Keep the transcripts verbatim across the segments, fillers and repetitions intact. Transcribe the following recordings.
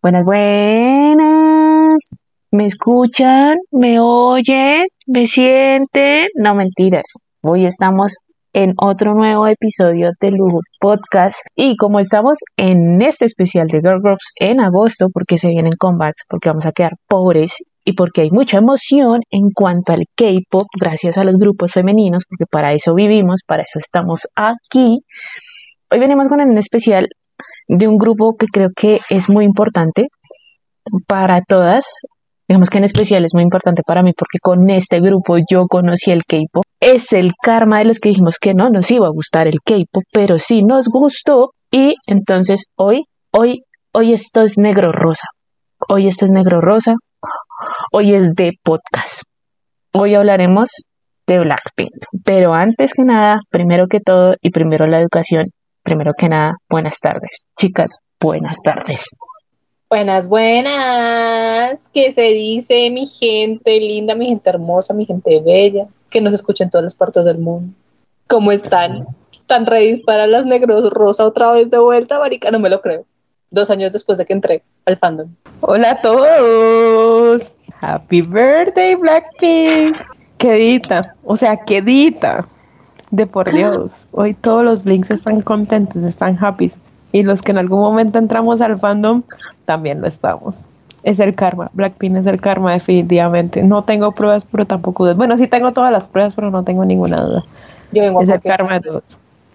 Buenas, buenas. ¿Me escuchan? ¿Me oyen? ¿Me sienten? No, mentiras. Hoy estamos en otro nuevo episodio de Lujo Podcast y como estamos en este especial de Girl Groups en agosto, porque se vienen comebacks, porque vamos a quedar pobres y porque hay mucha emoción en cuanto al K-pop gracias a los grupos femeninos, porque para eso vivimos, para eso estamos aquí. Hoy venimos con un especial de un grupo que creo que es muy importante para todas. Digamos que en especial es muy importante para mí porque con este grupo yo conocí el K-pop. Es el karma de los que dijimos que no nos iba a gustar el K-pop, pero sí nos gustó. Y entonces hoy, hoy, hoy esto es negro rosa. Hoy esto es negro rosa. Hoy es de podcast. Hoy hablaremos de Blackpink. Pero antes que nada, primero que todo y primero la educación, primero que nada, buenas tardes. Chicas, buenas tardes. Buenas, buenas. ¿Qué se dice, mi gente linda, mi gente hermosa, mi gente bella, que nos escucha en todas las partes del mundo? ¿Cómo están? ¿Están ready para las negros rosa otra vez de vuelta, marica? No me lo creo. Dos años después de que entré al fandom. Hola a todos. Happy birthday, Blackpink. Quedita, o sea, quedita. De por Dios. Hoy todos los Blinks están contentos, están happy. Y los que en algún momento entramos al fandom, también lo estamos. Es el karma. Blackpink es el karma, definitivamente. No tengo pruebas, pero tampoco dudas. Bueno, sí tengo todas las pruebas, pero no tengo ninguna duda. Yo vengo es a el karma de todos.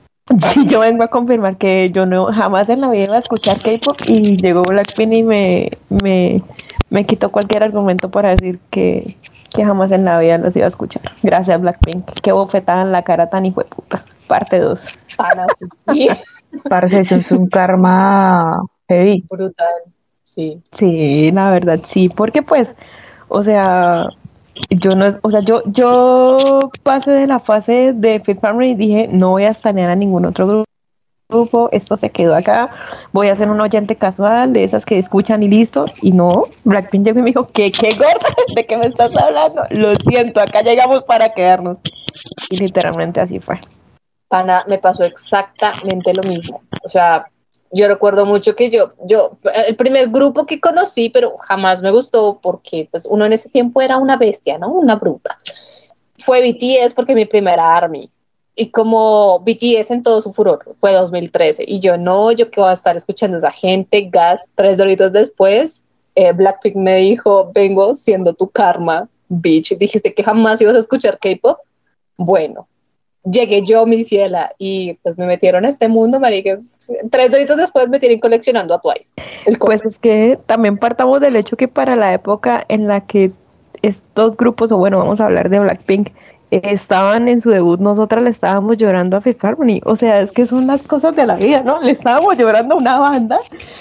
Sí, yo vengo a confirmar que yo no jamás en la vida iba a escuchar K-pop y llegó Blackpink y me, me, me quitó cualquier argumento para decir que, que jamás en la vida los iba a escuchar. Gracias, Blackpink. Qué bofetada en la cara tan hijo de puta. Parte dos. Tan así. Parce, eso es un karma heavy. Brutal, sí. Sí, la verdad, sí, porque pues, o sea, yo no, o sea, yo, yo pasé de la fase de Fifth Harmony y dije, no voy a estanear a ningún otro grupo, grupo, esto se quedó acá, voy a ser un oyente casual de esas que escuchan y listo, y no, Blackpink llegó y me dijo, ¿qué, qué gorda? ¿De qué me estás hablando? Lo siento, acá llegamos para quedarnos. Y literalmente así fue. Pana, me pasó exactamente lo mismo. O sea, yo recuerdo mucho que yo, yo, el primer grupo que conocí, pero jamás me gustó porque pues uno en ese tiempo era una bestia, ¿no? Una bruta. Fue B T S porque mi primera ARMY. Y como B T S en todo su furor, fue dos mil trece. Y yo no, yo que voy a estar escuchando a esa gente, gas, tres doritos después, eh, Blackpink me dijo, vengo siendo tu karma, bitch. Dijiste que jamás ibas a escuchar K-pop. Bueno. Llegué yo, mi ciela, y pues me metieron a este mundo, marica. Tres doritos después me tienen coleccionando a Twice. Pues es que también partamos del hecho que para la época en la que estos grupos, o bueno, vamos a hablar de Blackpink, eh, estaban en su debut, nosotras le estábamos llorando a Fifth Harmony. O sea, es que son las cosas de la vida, ¿no? Le estábamos llorando a una banda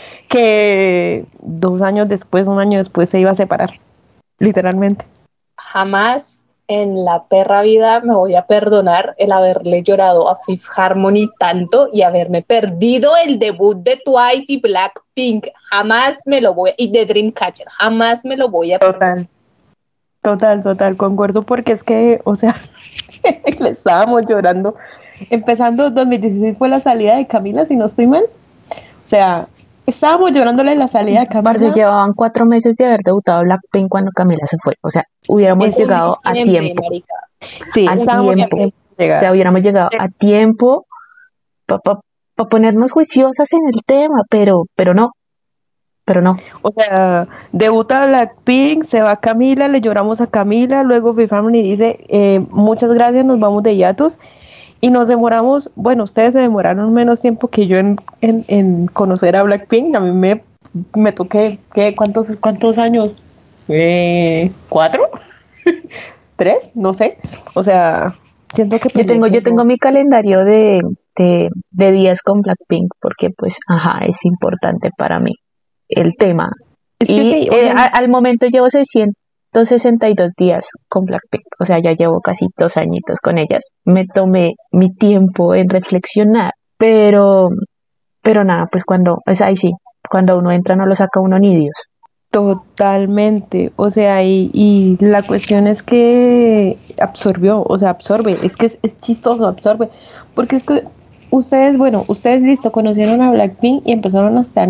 que dos años después, un año después se iba a separar, literalmente. Jamás en la perra vida me voy a perdonar el haberle llorado a Fifth Harmony tanto y haberme perdido el debut de Twice y Blackpink. Jamás me lo voy a... Y de Dreamcatcher, jamás me lo voy a perdonar. Total, total, total, concuerdo porque es que, o sea, le estábamos llorando. Empezando dos mil dieciséis fue la salida de Camila, si no estoy mal. O sea, estábamos llorándole la salida de Camila. Parce, llevaban cuatro meses de haber debutado Blackpink cuando Camila se fue. O sea, hubiéramos Eso llegado sí, a siempre, tiempo. marica. Sí, a estábamos tiempo. bien O sea, hubiéramos llegado a tiempo para pa, pa ponernos juiciosas en el tema, pero, pero no. Pero no. O sea, debuta Blackpink, se va Camila, le lloramos a Camila, luego Fifth Harmony dice, eh, muchas gracias, nos vamos de hiatus. Y nos demoramos, bueno, ustedes se demoraron menos tiempo que yo en, en, en conocer a Blackpink. A mí me, me toqué, ¿qué? ¿Cuántos, cuántos años? Eh, ¿Cuatro? ¿Tres? No sé. O sea, siento que... Yo tengo, yo tengo mi calendario de, de, de días con Blackpink porque pues, ajá, es importante para mí el tema. Es que y sí, eh, a, al momento llevo seiscientos sesenta y dos días con Blackpink, o sea, ya llevo casi dos añitos con ellas. Me tomé mi tiempo en reflexionar, pero, pero nada, pues cuando, es ahí sí, cuando uno entra no lo saca uno ni Dios. Totalmente, o sea, y, y la cuestión es que absorbió, o sea, absorbe, es que es, es chistoso, absorbe, porque es que ustedes, bueno, ustedes listo, conocieron a Blackpink y empezaron a estanear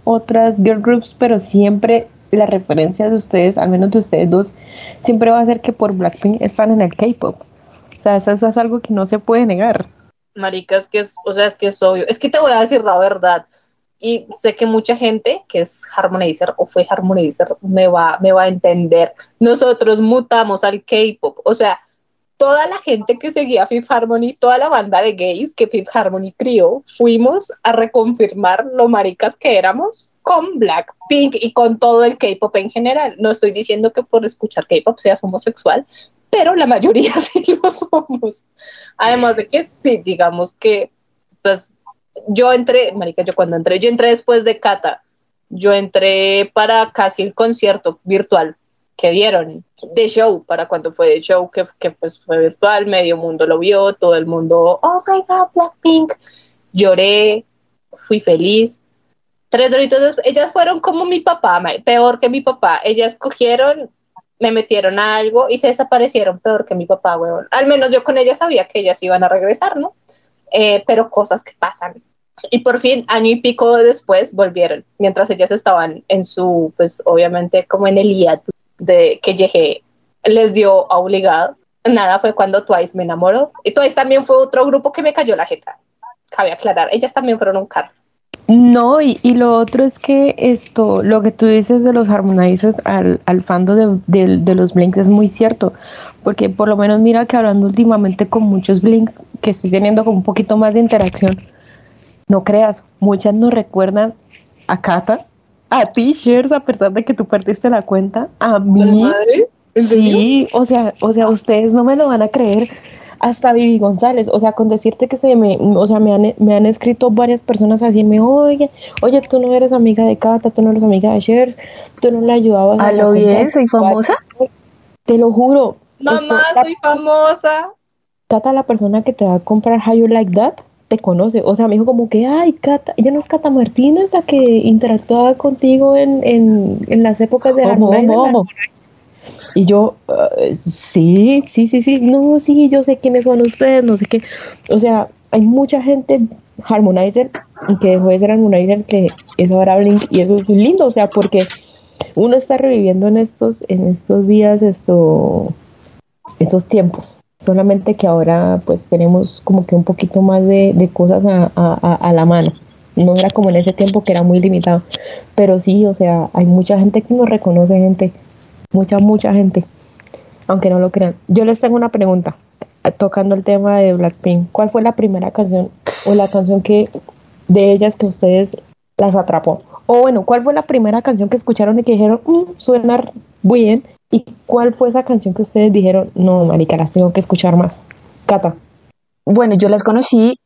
otras girl groups, pero siempre la referencia de ustedes, al menos de ustedes dos, siempre va a ser que por Blackpink están en el K-pop. O sea, eso, eso es algo que no se puede negar. Marica, es que es, o sea, es que es obvio. Es que te voy a decir la verdad. Y sé que mucha gente que es Harmonizer o fue Harmonizer me va, me va a entender. Nosotros mutamos al K-pop. O sea, toda la gente que seguía Fifth Harmony, toda la banda de gays que Fifth Harmony crió, fuimos a reconfirmar lo maricas que éramos con Blackpink y con todo el K-pop en general. No estoy diciendo que por escuchar K-pop seas homosexual, pero la mayoría sí lo somos. Además de que sí, digamos que, pues, yo entré, marica, yo cuando entré, yo entré después de Cata, yo entré para casi el concierto virtual que dieron, de show, para cuando fue de show, que, que pues fue virtual, medio mundo lo vio, todo el mundo, oh my God, Blackpink, lloré, fui feliz. Tres doritos después, ellas fueron como mi papá, peor que mi papá, ellas cogieron, me metieron a algo y se desaparecieron peor que mi papá, weón. Al menos yo con ellas sabía que ellas iban a regresar, ¿no? Eh, pero cosas que pasan. Y por fin, año y pico después, volvieron, mientras ellas estaban en su, pues obviamente como en el hiato de que llegué, les dio obligado. Nada, fue cuando Twice me enamoró. Y Twice también fue otro grupo que me cayó la jeta. Cabe aclarar, ellas también fueron un carro. No, y, y lo otro es que esto, lo que tú dices de los Harmonizers al, al fandom de, de, de los Blinks es muy cierto, porque por lo menos mira que hablando últimamente con muchos Blinks, que estoy teniendo como un poquito más de interacción, no creas, muchas nos recuerdan a Kata, a ti, Shares, a pesar de que tú perdiste la cuenta, a mí. ¿Madre? ¿En serio? Sí, o sea, o sea, ustedes no me lo van a creer. Hasta Vivi González, o sea, con decirte que se me, o sea, me han, me han escrito varias personas así, me oye, oye, tú no eres amiga de Cata, tú no eres amiga de Shares, tú no le ayudabas a lo bien, soy famosa. Te lo juro. Mamá, esto, soy famosa. Cata, la persona que te va a comprar How You Like That, te conoce, o sea, me dijo como que, ay, Cata, ella no es Cata Martínez, la que interactuaba contigo en, en, en las épocas de Harmonizer. Y yo, uh, sí, sí, sí, sí, no, sí, yo sé quiénes son ustedes, no sé qué. O sea, hay mucha gente Harmonizer que dejó de ser Harmonizer que es ahora Blink y eso es lindo, o sea, porque uno está reviviendo en estos, en estos días, esto, estos tiempos. Solamente que ahora pues tenemos como que un poquito más de, de cosas a, a, a la mano. No era como en ese tiempo que era muy limitado. Pero sí, o sea, hay mucha gente que nos reconoce, gente. Mucha, mucha gente, aunque no lo crean. Yo les tengo una pregunta, tocando el tema de Blackpink. ¿Cuál fue la primera canción o la canción que de ellas que ustedes las atrapó? O bueno, ¿cuál fue la primera canción que escucharon y que dijeron, mmm, suena bien? ¿Y cuál fue esa canción que ustedes dijeron, no, marica, las tengo que escuchar más? Cata. Bueno, yo las conocí,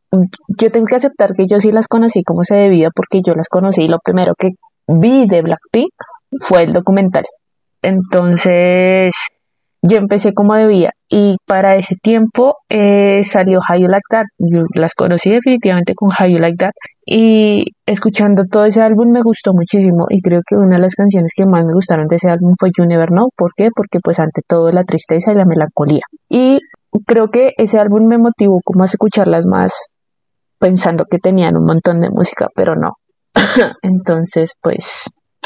yo tengo que aceptar que yo sí las conocí como se debía, porque yo las conocí y lo primero que vi de Blackpink fue el documental. Entonces yo empecé como debía y para ese tiempo eh, salió How You Like That. Yo las conocí definitivamente con How You Like That y escuchando todo ese álbum me gustó muchísimo y creo que una de las canciones que más me gustaron de ese álbum fue You Never Know. ¿Por qué? Porque pues ante todo la tristeza y la melancolía, y creo que ese álbum me motivó como a escucharlas más pensando que tenían un montón de música, pero no. Entonces pues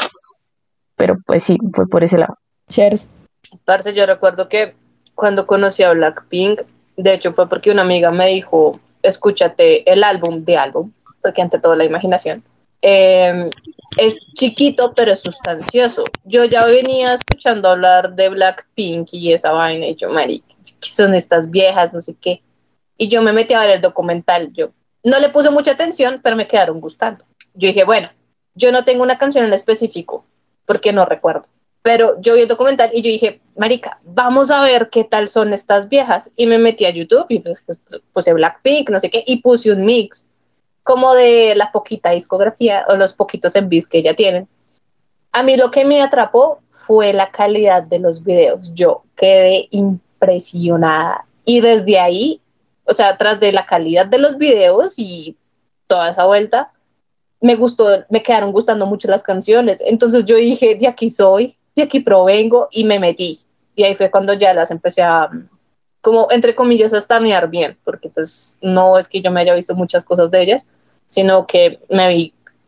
pero pues sí, fue por ese lado. Shares. Parce, yo recuerdo que cuando conocí a Blackpink, de hecho fue porque una amiga me dijo, escúchate el álbum de álbum, porque ante todo la imaginación. Eh, es chiquito, pero es sustancioso. Yo ya venía escuchando hablar de Blackpink y esa vaina, y yo, marica, ¿qué son estas viejas? No sé qué. Y yo me metí a ver el documental. Yo no le puse mucha atención, pero me quedaron gustando. Yo dije, bueno, yo no tengo una canción en específico, porque no recuerdo. Pero yo vi el documental y yo dije, marica, vamos a ver qué tal son estas viejas. Y me metí a YouTube y pues, pues, puse Blackpink, no sé qué, y puse un mix como de la poquita discografía o los poquitos M Vs que ya tienen. A mí lo que me atrapó fue la calidad de los videos. Yo quedé impresionada. Y desde ahí, o sea, tras de la calidad de los videos y toda esa vuelta, me gustó, me quedaron gustando mucho las canciones. Entonces yo dije, de aquí soy, de aquí provengo, y me metí. Y ahí fue cuando ya las empecé a, como entre comillas, a stanear bien, porque pues no es que yo me haya visto muchas cosas de ellas, sino que me vi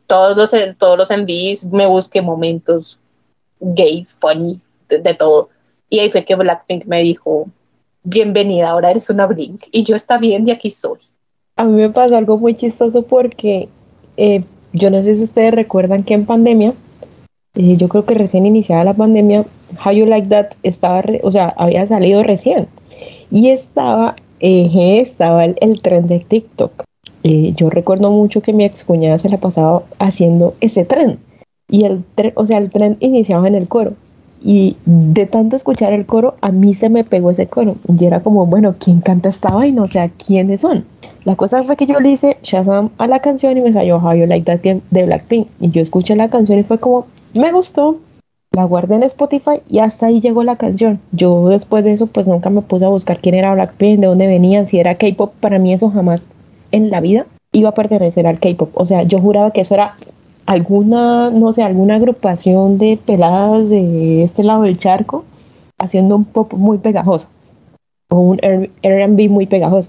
todos los, todos los envíos, me busqué momentos gays, funny, de, de todo. Y ahí fue que Blackpink me dijo, bienvenida, ahora eres una Blink. Y yo, está bien, y aquí soy. A mí me pasó algo muy chistoso porque eh, yo no sé si ustedes recuerdan que en pandemia, eh, yo creo que recién iniciada la pandemia, How You Like That estaba, re, o sea, había salido recién. Y estaba, eh, estaba el, el tren de TikTok. Eh, yo recuerdo mucho que mi excuñada se la pasaba haciendo ese tren. Y el tren, o sea, el tren iniciaba en el coro. Y de tanto escuchar el coro, a mí se me pegó ese coro. Y era como, bueno, ¿quién canta esta vaina? O sea, ¿quiénes son? La cosa fue que yo le hice Shazam a la canción y me salió How You Like That de Blackpink. Y yo escuché la canción y fue como, me gustó. La guardé en Spotify y hasta ahí llegó la canción. Yo después de eso pues nunca me puse a buscar quién era Blackpink, de dónde venían, si era K-pop. Para mí eso jamás en la vida iba a pertenecer al K-pop. O sea, yo juraba que eso era alguna, no sé, alguna agrupación de peladas de este lado del charco haciendo un pop muy pegajoso o un R and B muy pegajoso.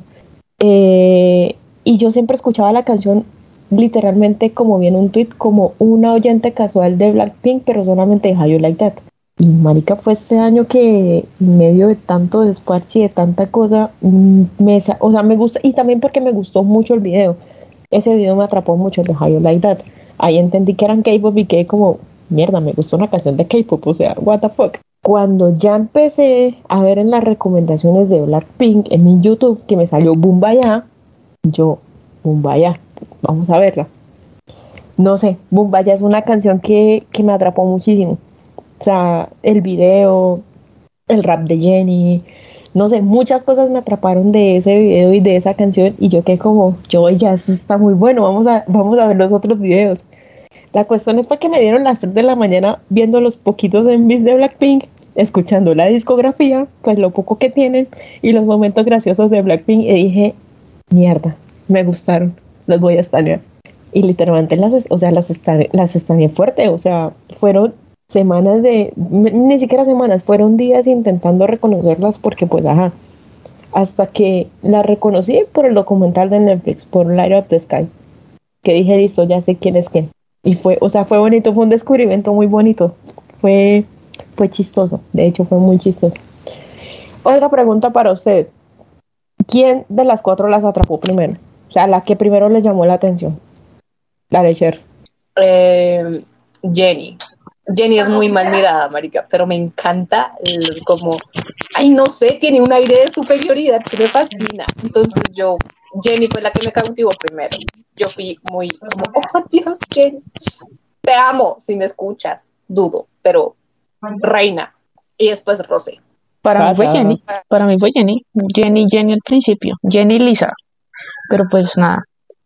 Eh, y yo siempre escuchaba la canción literalmente como vi en un tweet como una oyente casual de Blackpink, pero solamente de How You Like That. Y marica, fue este año que en medio de tanto desparche y de tanta cosa me, o sea, me gusta, y también porque me gustó mucho el video. Ese video me atrapó mucho, el de How You Like That. Ahí entendí que eran K-pop y quedé como, mierda, me gustó una canción de K-pop, o sea, what the fuck. Cuando ya empecé a ver en las recomendaciones de Blackpink en mi YouTube que me salió Boombayah, yo, Boombayah, vamos a verla. No sé, Boombayah es una canción que, que me atrapó muchísimo. O sea, el video, el rap de Jennie, no sé, muchas cosas me atraparon de ese video y de esa canción y yo quedé como, yo ya, eso está muy bueno, vamos a, vamos a ver los otros videos. La cuestión es porque me dieron las tres de la mañana viendo los poquitos envíos de Blackpink, escuchando la discografía, pues lo poco que tienen y los momentos graciosos de Blackpink y dije, mierda, me gustaron, los voy a estanear. Y literalmente las, o sea, las estaneé, las estaneé fuerte, o sea, fueron semanas de, ni siquiera semanas, fueron días intentando reconocerlas porque pues ajá, hasta que las reconocí por el documental de Netflix, por Light Up the Sky, que dije, listo, ya sé quién es quién. Y fue, o sea, fue bonito, fue un descubrimiento muy bonito, fue, fue chistoso, de hecho fue muy chistoso. Otra pregunta para ustedes, ¿quién de las cuatro las atrapó primero? O sea, la que primero les llamó la atención. La de Shers. Eh, Jennie. Jennie es muy mal mirada, marica, pero me encanta el, como, ay, no sé, tiene un aire de superioridad que me fascina. Entonces yo, Jennie fue la que me cautivó primero. Yo fui muy como, oh, Dios, Jennie, te amo, si me escuchas, dudo, pero reina. Y después Rosé. Para mí fue Jennie, para mí fue Jennie, Jennie, Jennie al principio, Jennie Lisa, pero pues nada,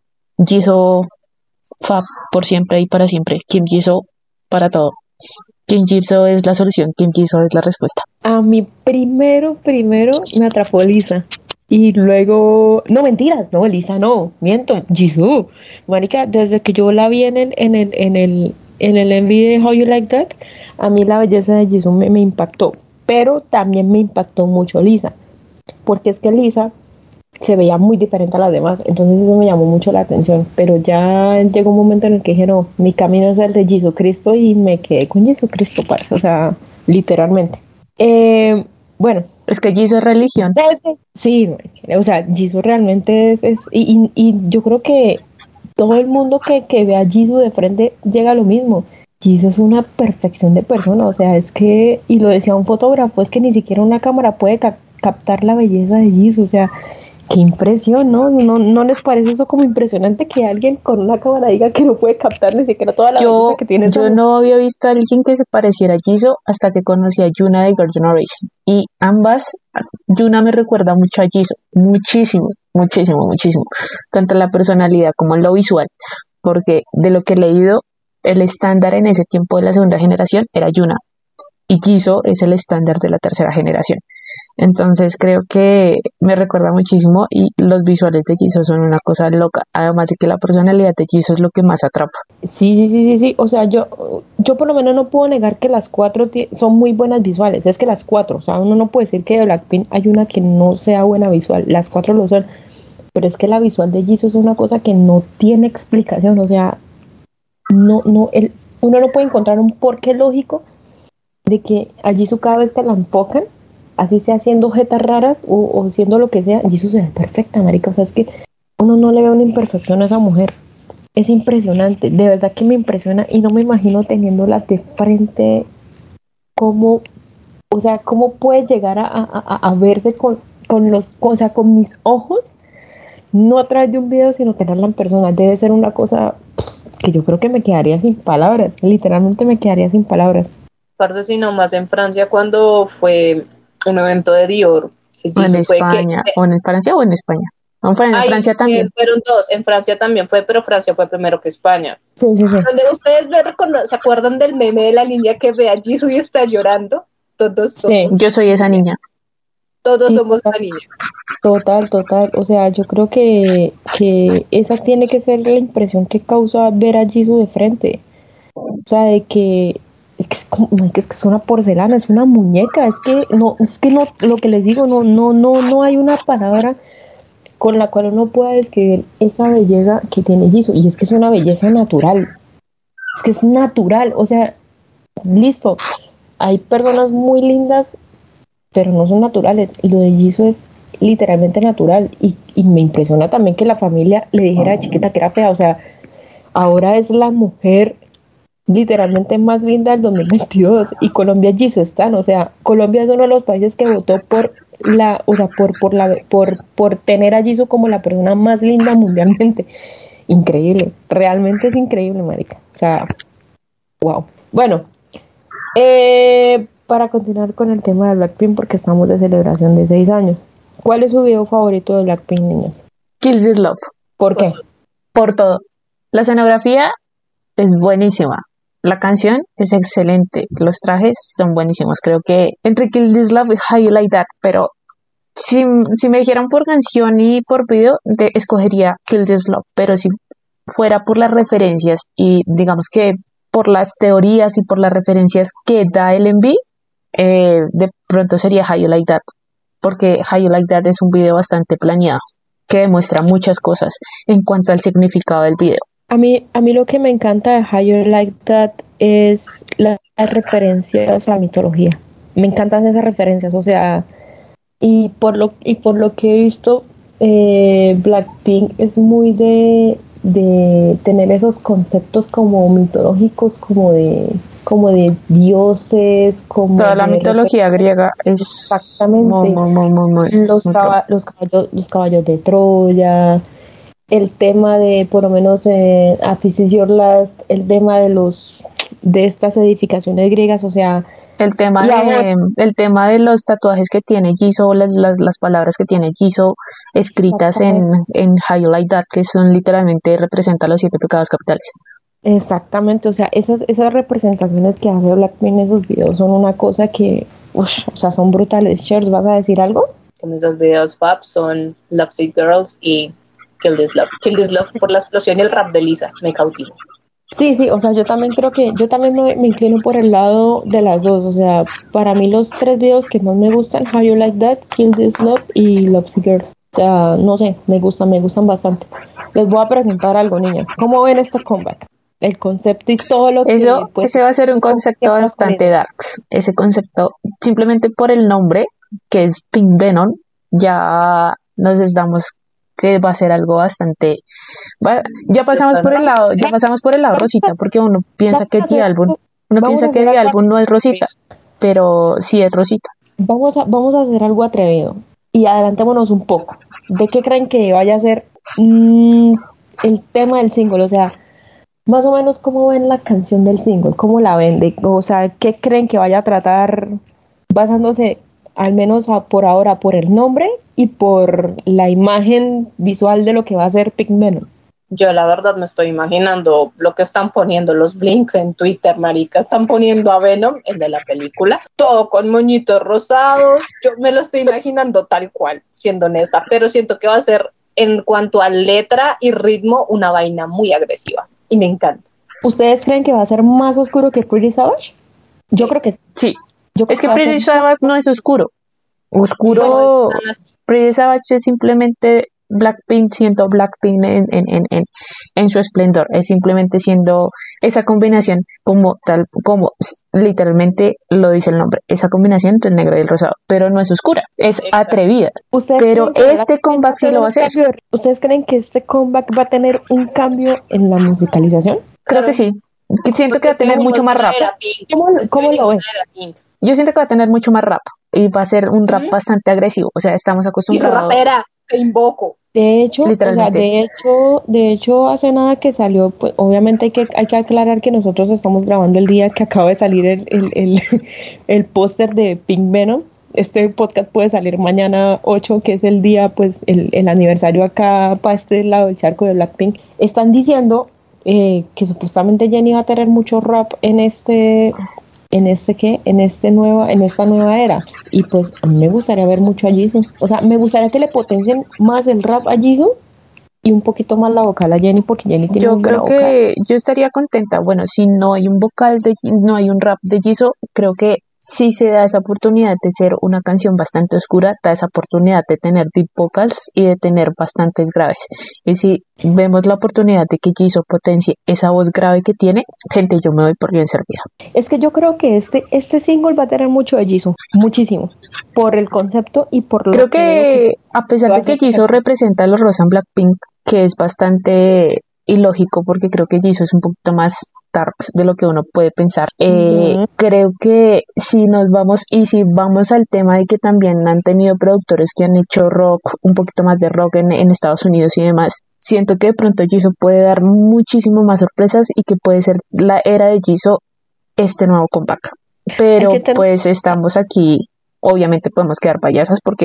Jisoo Fab por siempre y para siempre, Kim Jisoo para todo. Kim Jisoo es la solución, Kim Jisoo es la respuesta. A mí primero, primero me atrapó Lisa. Y luego, no mentiras, no, Lisa no, miento, Jisoo. Marica, desde que yo la vi en el, en el, en el, en el M V de How You Like That, a mí la belleza de Jisoo me, me impactó. Pero también me impactó mucho Lisa. Porque es que Lisa se veía muy diferente a las demás, entonces eso me llamó mucho la atención, pero ya llegó un momento en el que dije, no, mi camino es el de Jesucristo y me quedé con Jesucristo, parce, o sea, literalmente. Eh, bueno. Es que Jisoo es religión. Sí, o sea, Jisoo realmente es, es y, y, y yo creo que todo el mundo que, que ve a Jisoo de frente llega a lo mismo. Jisoo es una perfección de persona, o sea, es que, y lo decía un fotógrafo, es que ni siquiera una cámara puede cap- captar la belleza de Jisoo, o sea, qué impresión, ¿no? ¿no? ¿No les parece eso como impresionante que alguien con una cámara diga que no puede captar ni siquiera toda la yo, belleza que tiene? Yo no había visto a alguien que se pareciera a Jisoo hasta que conocí a Yuna de Girl Generation. Y ambas, Yuna me recuerda mucho a Jisoo, muchísimo, muchísimo, muchísimo. Tanto la personalidad como en lo visual. Porque de lo que he leído, el estándar en ese tiempo de la segunda generación era Yuna. Y Jisoo es el estándar de la tercera generación. Entonces creo que me recuerda muchísimo y los visuales de Jisoo son una cosa loca, además de que la personalidad de Jisoo es lo que más atrapa. Sí, sí, sí, sí, sí, o sea, yo, yo por lo menos no puedo negar que las cuatro t- son muy buenas visuales, es que las cuatro, o sea, uno no puede decir que de Blackpink hay una que no sea buena visual, las cuatro lo son, pero es que la visual de Jisoo es una cosa que no tiene explicación, o sea, no, no, el, uno no puede encontrar un porqué lógico de que a Jisoo cada vez que la enfocan, así sea haciendo jetas raras o, o siendo lo que sea, Jisoo se ve perfecta, marica. O sea, es que uno no le ve una imperfección a esa mujer. Es impresionante, de verdad que me impresiona y no me imagino teniéndola de frente, cómo, o sea, cómo puede llegar a, a, a verse con, con los, o sea, con mis ojos, no a través de un video, sino tenerla en persona. Debe ser una cosa que yo creo que me quedaría sin palabras, literalmente me quedaría sin palabras. Parce, si nomás en Francia cuando fue un evento de Dior. Que O en Jisoo fue España, que, o en Francia o en España. No, fue en ay, Francia también. eh, fueron dos, en Francia también fue, pero Francia fue primero que España. Sí, sí, sí. Donde ustedes me recono- se acuerdan del meme de la niña que ve a Jisoo y está llorando. Todos Sí. somos, Yo soy esa niña. todos Sí, somos total. la niña. Total, total. O sea, yo creo que, que esa tiene que ser la impresión que causa ver a Jisoo de frente. O sea, de que es que es, como, no, es que es una porcelana, es una muñeca. Es que no, es que no, lo que les digo, no, no, no, no hay una palabra con la cual uno pueda describir esa belleza que tiene Jisoo. Y es que es una belleza natural. Es que es natural. O sea, listo. Hay personas muy lindas, pero no son naturales. Y lo de Jisoo es literalmente natural. Y, y me impresiona también que la familia le dijera de chiquita que era fea. O sea, ahora es la mujer literalmente más linda del dos mil veintidós. Y Colombia Jisoo están. O sea, Colombia es uno de los países que votó por la, o sea, por, por la, por, por tener a Jisoo como la persona más linda mundialmente. Increíble. Realmente es increíble, marica. O sea, wow. Bueno, eh, para continuar con el tema de Blackpink, porque estamos de celebración de seis años. ¿Cuál es su video favorito de Blackpink, niños? Kills This Love. ¿Por qué? Por todo. La escenografía es buenísima. La canción es excelente. Los trajes son buenísimos. Creo que entre Kill This Love y How You Like That, pero si, si me dijeran por canción y por video, te escogería Kill This Love. Pero si fuera por las referencias y digamos que por las teorías y por las referencias que da el M V, eh, de pronto sería How You Like That, porque How You Like That es un video bastante planeado que demuestra muchas cosas en cuanto al significado del video. A mí, a mí lo que me encanta de How You Like That es la- las referencias a la mitología. Me encantan esas referencias, o sea, y por lo, y por lo que he visto, eh, Blackpink es muy de, de tener esos conceptos como mitológicos, como de, como de dioses, como Toda la de mitología griega es Exactamente. muy, muy, muy, muy, muy, los, muy caba- los, caballos, los caballos de Troya, el tema de, por lo menos, eh, a This Is Your Last, el tema de los de estas edificaciones griegas, o sea, El tema, Y de, ahora- el tema de los tatuajes que tiene Jisoo, las, las, las palabras que tiene Jisoo escritas en, en How You Like That, que son literalmente representan los siete pecados capitales. exactamente, o sea, esas, esas representaciones que hace Blackpink en esos videos son una cosa que, ush, o sea, son brutales. Cheers, ¿vas a decir algo? Que mis dos videos fab son Love Sick Girls y Kill This Love. Kill This Love por la explosión y el rap de Lisa, me cautivo. Sí, sí, o sea, yo también creo que, yo también me, me inclino por el lado de las dos, o sea, para mí los tres videos que más me gustan, How You Like That, Kill This Love y Love Girl. O sea, no sé, me gustan, me gustan bastante. Les voy a preguntar algo, niñas. ¿Cómo ven este comeback? El concepto y todo lo que... Eso, pues, ese va a ser un concepto bastante darks. Ese concepto, simplemente por el nombre, que es Pink Venom, ya nos damos que va a ser algo bastante... va- ya pasamos por el lado, ya pasamos por el lado rosita, porque uno piensa que The Album, uno Vamos piensa a que hacer The algo- Album no es rosita, pero sí es rosita. Vamos a, vamos a hacer algo atrevido y adelantémonos un poco. ¿De qué creen que vaya a ser mm, el tema del single? O sea, más o menos cómo ven la canción del single, cómo la ven, de- o sea, ¿qué creen que vaya a tratar basándose al menos a- por ahora por el nombre y por la imagen visual de lo que va a ser Pink Venom? Yo la verdad me estoy imaginando lo que están poniendo los blinks en Twitter, marica. Están poniendo a Venom, el de la película, todo con moñitos rosados. Yo me lo estoy imaginando tal cual, siendo honesta, pero siento que va a ser, en cuanto a letra y ritmo, una vaina muy agresiva. Y me encanta. ¿Ustedes creen que va a ser más oscuro que Pretty Savage? Yo Sí. creo que sí. Sí, Yo creo es que va a ser- Pretty Savage no es oscuro. No Oscuro, es tan así. Pretty Savage es simplemente Blackpink siendo Blackpink en, en, en, en, en su esplendor, es simplemente siendo esa combinación como tal, como literalmente lo dice el nombre, esa combinación entre el negro y el rosado, pero no es oscura, es Exacto. atrevida, pero este comeback sí lo va a hacer. ¿Ustedes creen que este comeback va a tener un cambio en la musicalización? Creo que sí, siento que va a tener mucho más rap. ¿Cómo, cómo lo ves? Yo siento que va a tener mucho más rap y va a ser un rap ¿Mm? bastante agresivo, o sea, estamos acostumbrados. Y su rapera, te invoco. De hecho, o sea, de hecho, de hecho, hace nada que salió, pues obviamente hay que hay que aclarar que nosotros estamos grabando el día que acaba de salir el el, el, el póster de Pink Venom. Este podcast puede salir mañana ocho, que es el día, pues, el, el aniversario acá para este lado del charco de Blackpink. Están diciendo eh, que supuestamente Jennie va a tener mucho rap en este... en este qué, en este nueva, en esta nueva era, y pues a mí me gustaría ver mucho a Jisoo, o sea, me gustaría que le potencien más el rap a Jisoo y un poquito más la vocal a Jennie, porque Jennie tiene yo muy creo buena que vocal. Yo estaría contenta, bueno, si no hay un vocal de, no hay un rap de Jisoo, creo que sí se da esa oportunidad de ser una canción bastante oscura, da esa oportunidad de tener deep vocals y de tener bastantes graves. Y si vemos la oportunidad de que Jisoo potencie esa voz grave que tiene, gente, yo me doy por bien servida. Es que yo creo que este este single va a tener mucho de Jisoo, muchísimo, por el concepto y por lo creo que, que, a pesar de que Jisoo representa a los Rosa en Blackpink, que es bastante ilógico porque creo que Jisoo es un poquito más darks de lo que uno puede pensar. Eh, uh-huh. Creo que si nos vamos y si vamos al tema de que también han tenido productores que han hecho rock, un poquito más de rock en, en Estados Unidos y demás, siento que de pronto Jisoo puede dar muchísimo más sorpresas y que puede ser la era de Jisoo este nuevo comeback. Pero ten- pues estamos aquí, obviamente podemos quedar payasas porque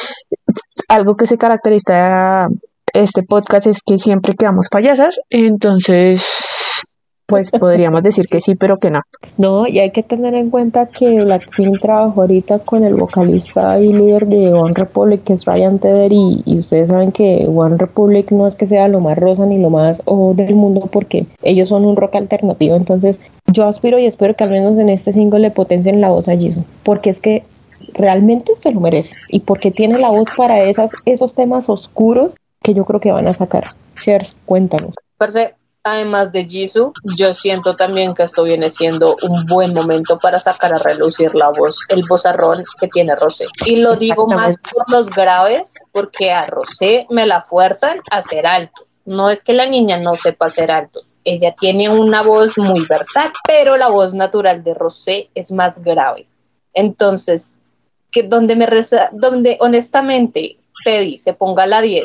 algo que se caracteriza este podcast es que siempre quedamos payasas, entonces pues podríamos decir que sí, pero que no. No, y hay que tener en cuenta que Blackpink trabajó ahorita con el vocalista y líder de One Republic, que es Ryan Tedder, y, y ustedes saben que One Republic no es que sea lo más rosa ni lo más ojo del mundo, porque ellos son un rock alternativo. Entonces yo aspiro y espero que al menos en este single le potencien la voz a Jisoo, porque es que realmente se lo merece, y porque tiene la voz para esas, esos temas oscuros que yo creo que van a sacar. Shers, cuéntanos. Parce, además de Jisoo, yo siento también que esto viene siendo un buen momento para sacar a relucir la voz, el vozarrón que tiene Rosé. Y lo digo más por los graves, porque a Rosé me la fuerzan a hacer altos. No es que la niña no sepa hacer altos, ella tiene una voz muy versátil, pero la voz natural de Rosé es más grave. Entonces, que donde me reza, donde honestamente Teddy se ponga a la diez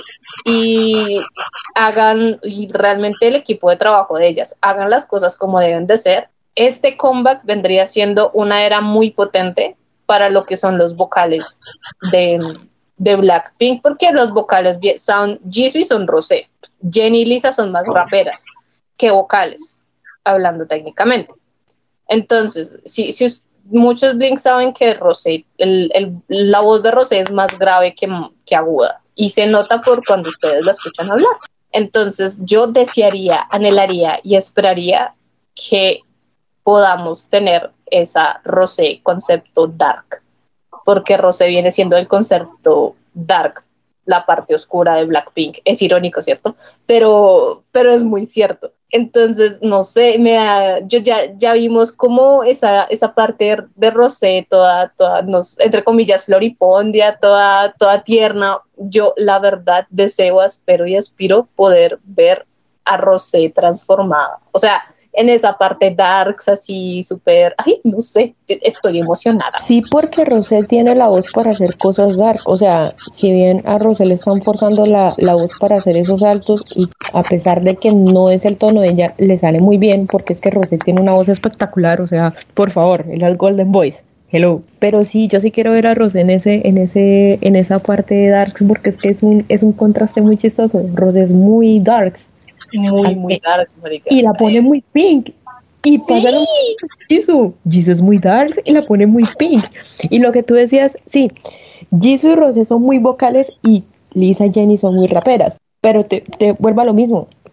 y hagan, y realmente el equipo de trabajo de ellas hagan las cosas como deben de ser, este comeback vendría siendo una era muy potente para lo que son los vocales de, de Blackpink, porque los vocales son Jisoo y son Rosé. Jennie y Lisa son más raperas que vocales, hablando técnicamente. Entonces, si, si muchos Blink saben que Rosé, el, el, la voz de Rosé es más grave que, que aguda, y se nota por cuando ustedes la escuchan hablar. Entonces yo desearía, anhelaría y esperaría que podamos tener esa Rosé concepto dark, porque Rosé viene siendo el concepto dark, la parte oscura de Blackpink. Es irónico, ¿cierto? Pero, pero es muy cierto. Entonces, no sé, me da, yo ya, ya vimos cómo esa, esa parte de Rosé, toda, toda nos, entre comillas, floripondia, toda, toda tierna. Yo, la verdad, deseo, espero y aspiro poder ver a Rosé transformada. O sea, en esa parte darks, así súper, ay, no sé, estoy emocionada. Sí, porque Rosé tiene la voz para hacer cosas dark, o sea, si bien a Rosé le están forzando la, la voz para hacer esos altos, y a pesar de que no es el tono de ella, le sale muy bien, porque es que Rosé tiene una voz espectacular, o sea, por favor, es el Golden Voice. Hello. Pero sí, yo sí quiero ver a Rosé en ese, en ese, en esa parte de darks, porque es que es un, es un contraste muy chistoso. Rosé es muy darks. Muy, muy dark, marica. Y la pone muy pink. Y pasa lo mismo Jisoo. Jisoo es muy dark y la pone muy pink. Y lo que tú decías, sí, Jisoo y Rosé son muy vocales y Lisa y Jennie son muy raperas. Pero te, te vuelvo a lo mismo.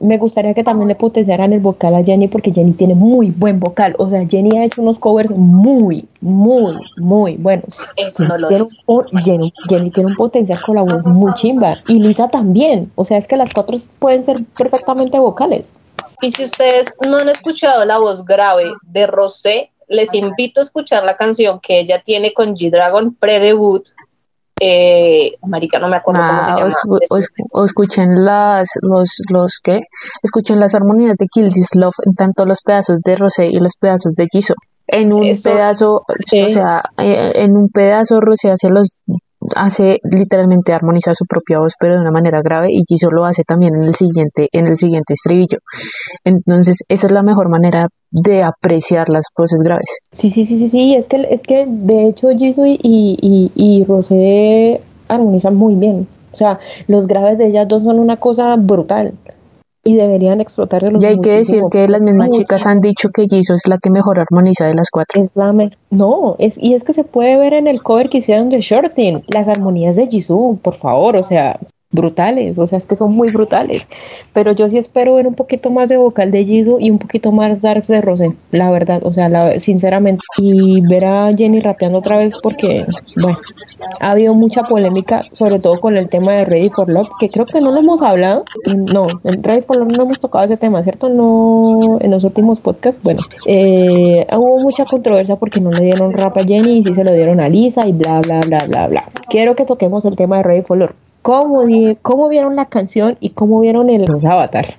me gustaría que también le potenciaran el vocal a Jenny porque Jenny tiene muy buen vocal. O sea, Jenny ha hecho unos covers muy, muy, muy buenos. Eso no lo Tiene es. un po- Jenny, Jenny tiene un potencial con la voz muy chimba. Y Lisa también. O sea, es que las cuatro pueden ser perfectamente vocales. Y si ustedes no han escuchado la voz grave de Rosé, les invito a escuchar la canción que ella tiene con G-Dragon pre-debut. Eh, marica, no me acuerdo cómo se Ah, llama. o, o- o escuchen las, los, los, ¿qué? Escuchen las armonías de Kill This Love en tanto los pedazos de Rosé y los pedazos de Jisoo. En un Eso, pedazo, sí. o sea, eh, en un pedazo Rosé hace los, hace literalmente armoniza su propia voz, pero de una manera grave, y Jisoo lo hace también en el siguiente, en el siguiente estribillo. Entonces, esa es la mejor manera de apreciar las voces graves. Sí, sí, sí, sí, sí. Es que, es que de hecho Jisoo y, y, y Rosé armonizan muy bien. O sea, los graves de ellas dos son una cosa brutal. Y deberían explotarlos Y hay que decir muchísimo. que las mismas muchísimo. chicas han dicho que Jisoo es la que mejor armoniza de las cuatro. Es la me- no, es, y es que se puede ver en el cover que hicieron de Shorting, las armonías de Jisoo, por favor, o sea, brutales, o sea, es que son muy brutales. Pero yo sí espero ver un poquito más de vocal de Jisoo y un poquito más darks de Rosé, la verdad, o sea, la, sinceramente. Y ver a Jenny rapeando otra vez porque, bueno, ha habido mucha polémica, sobre todo con el tema de Ready for Love, que creo que no lo hemos hablado. No, en Ready for Love no hemos tocado ese tema, ¿cierto? No, en los últimos podcasts. Bueno, eh, hubo mucha controversia porque no le dieron rap a Jenny y sí se lo dieron a Lisa y bla, bla, bla, bla, bla. Quiero que toquemos el tema de Ready for Love. ¿Cómo, di- cómo vieron la canción y cómo vieron el, los avatars?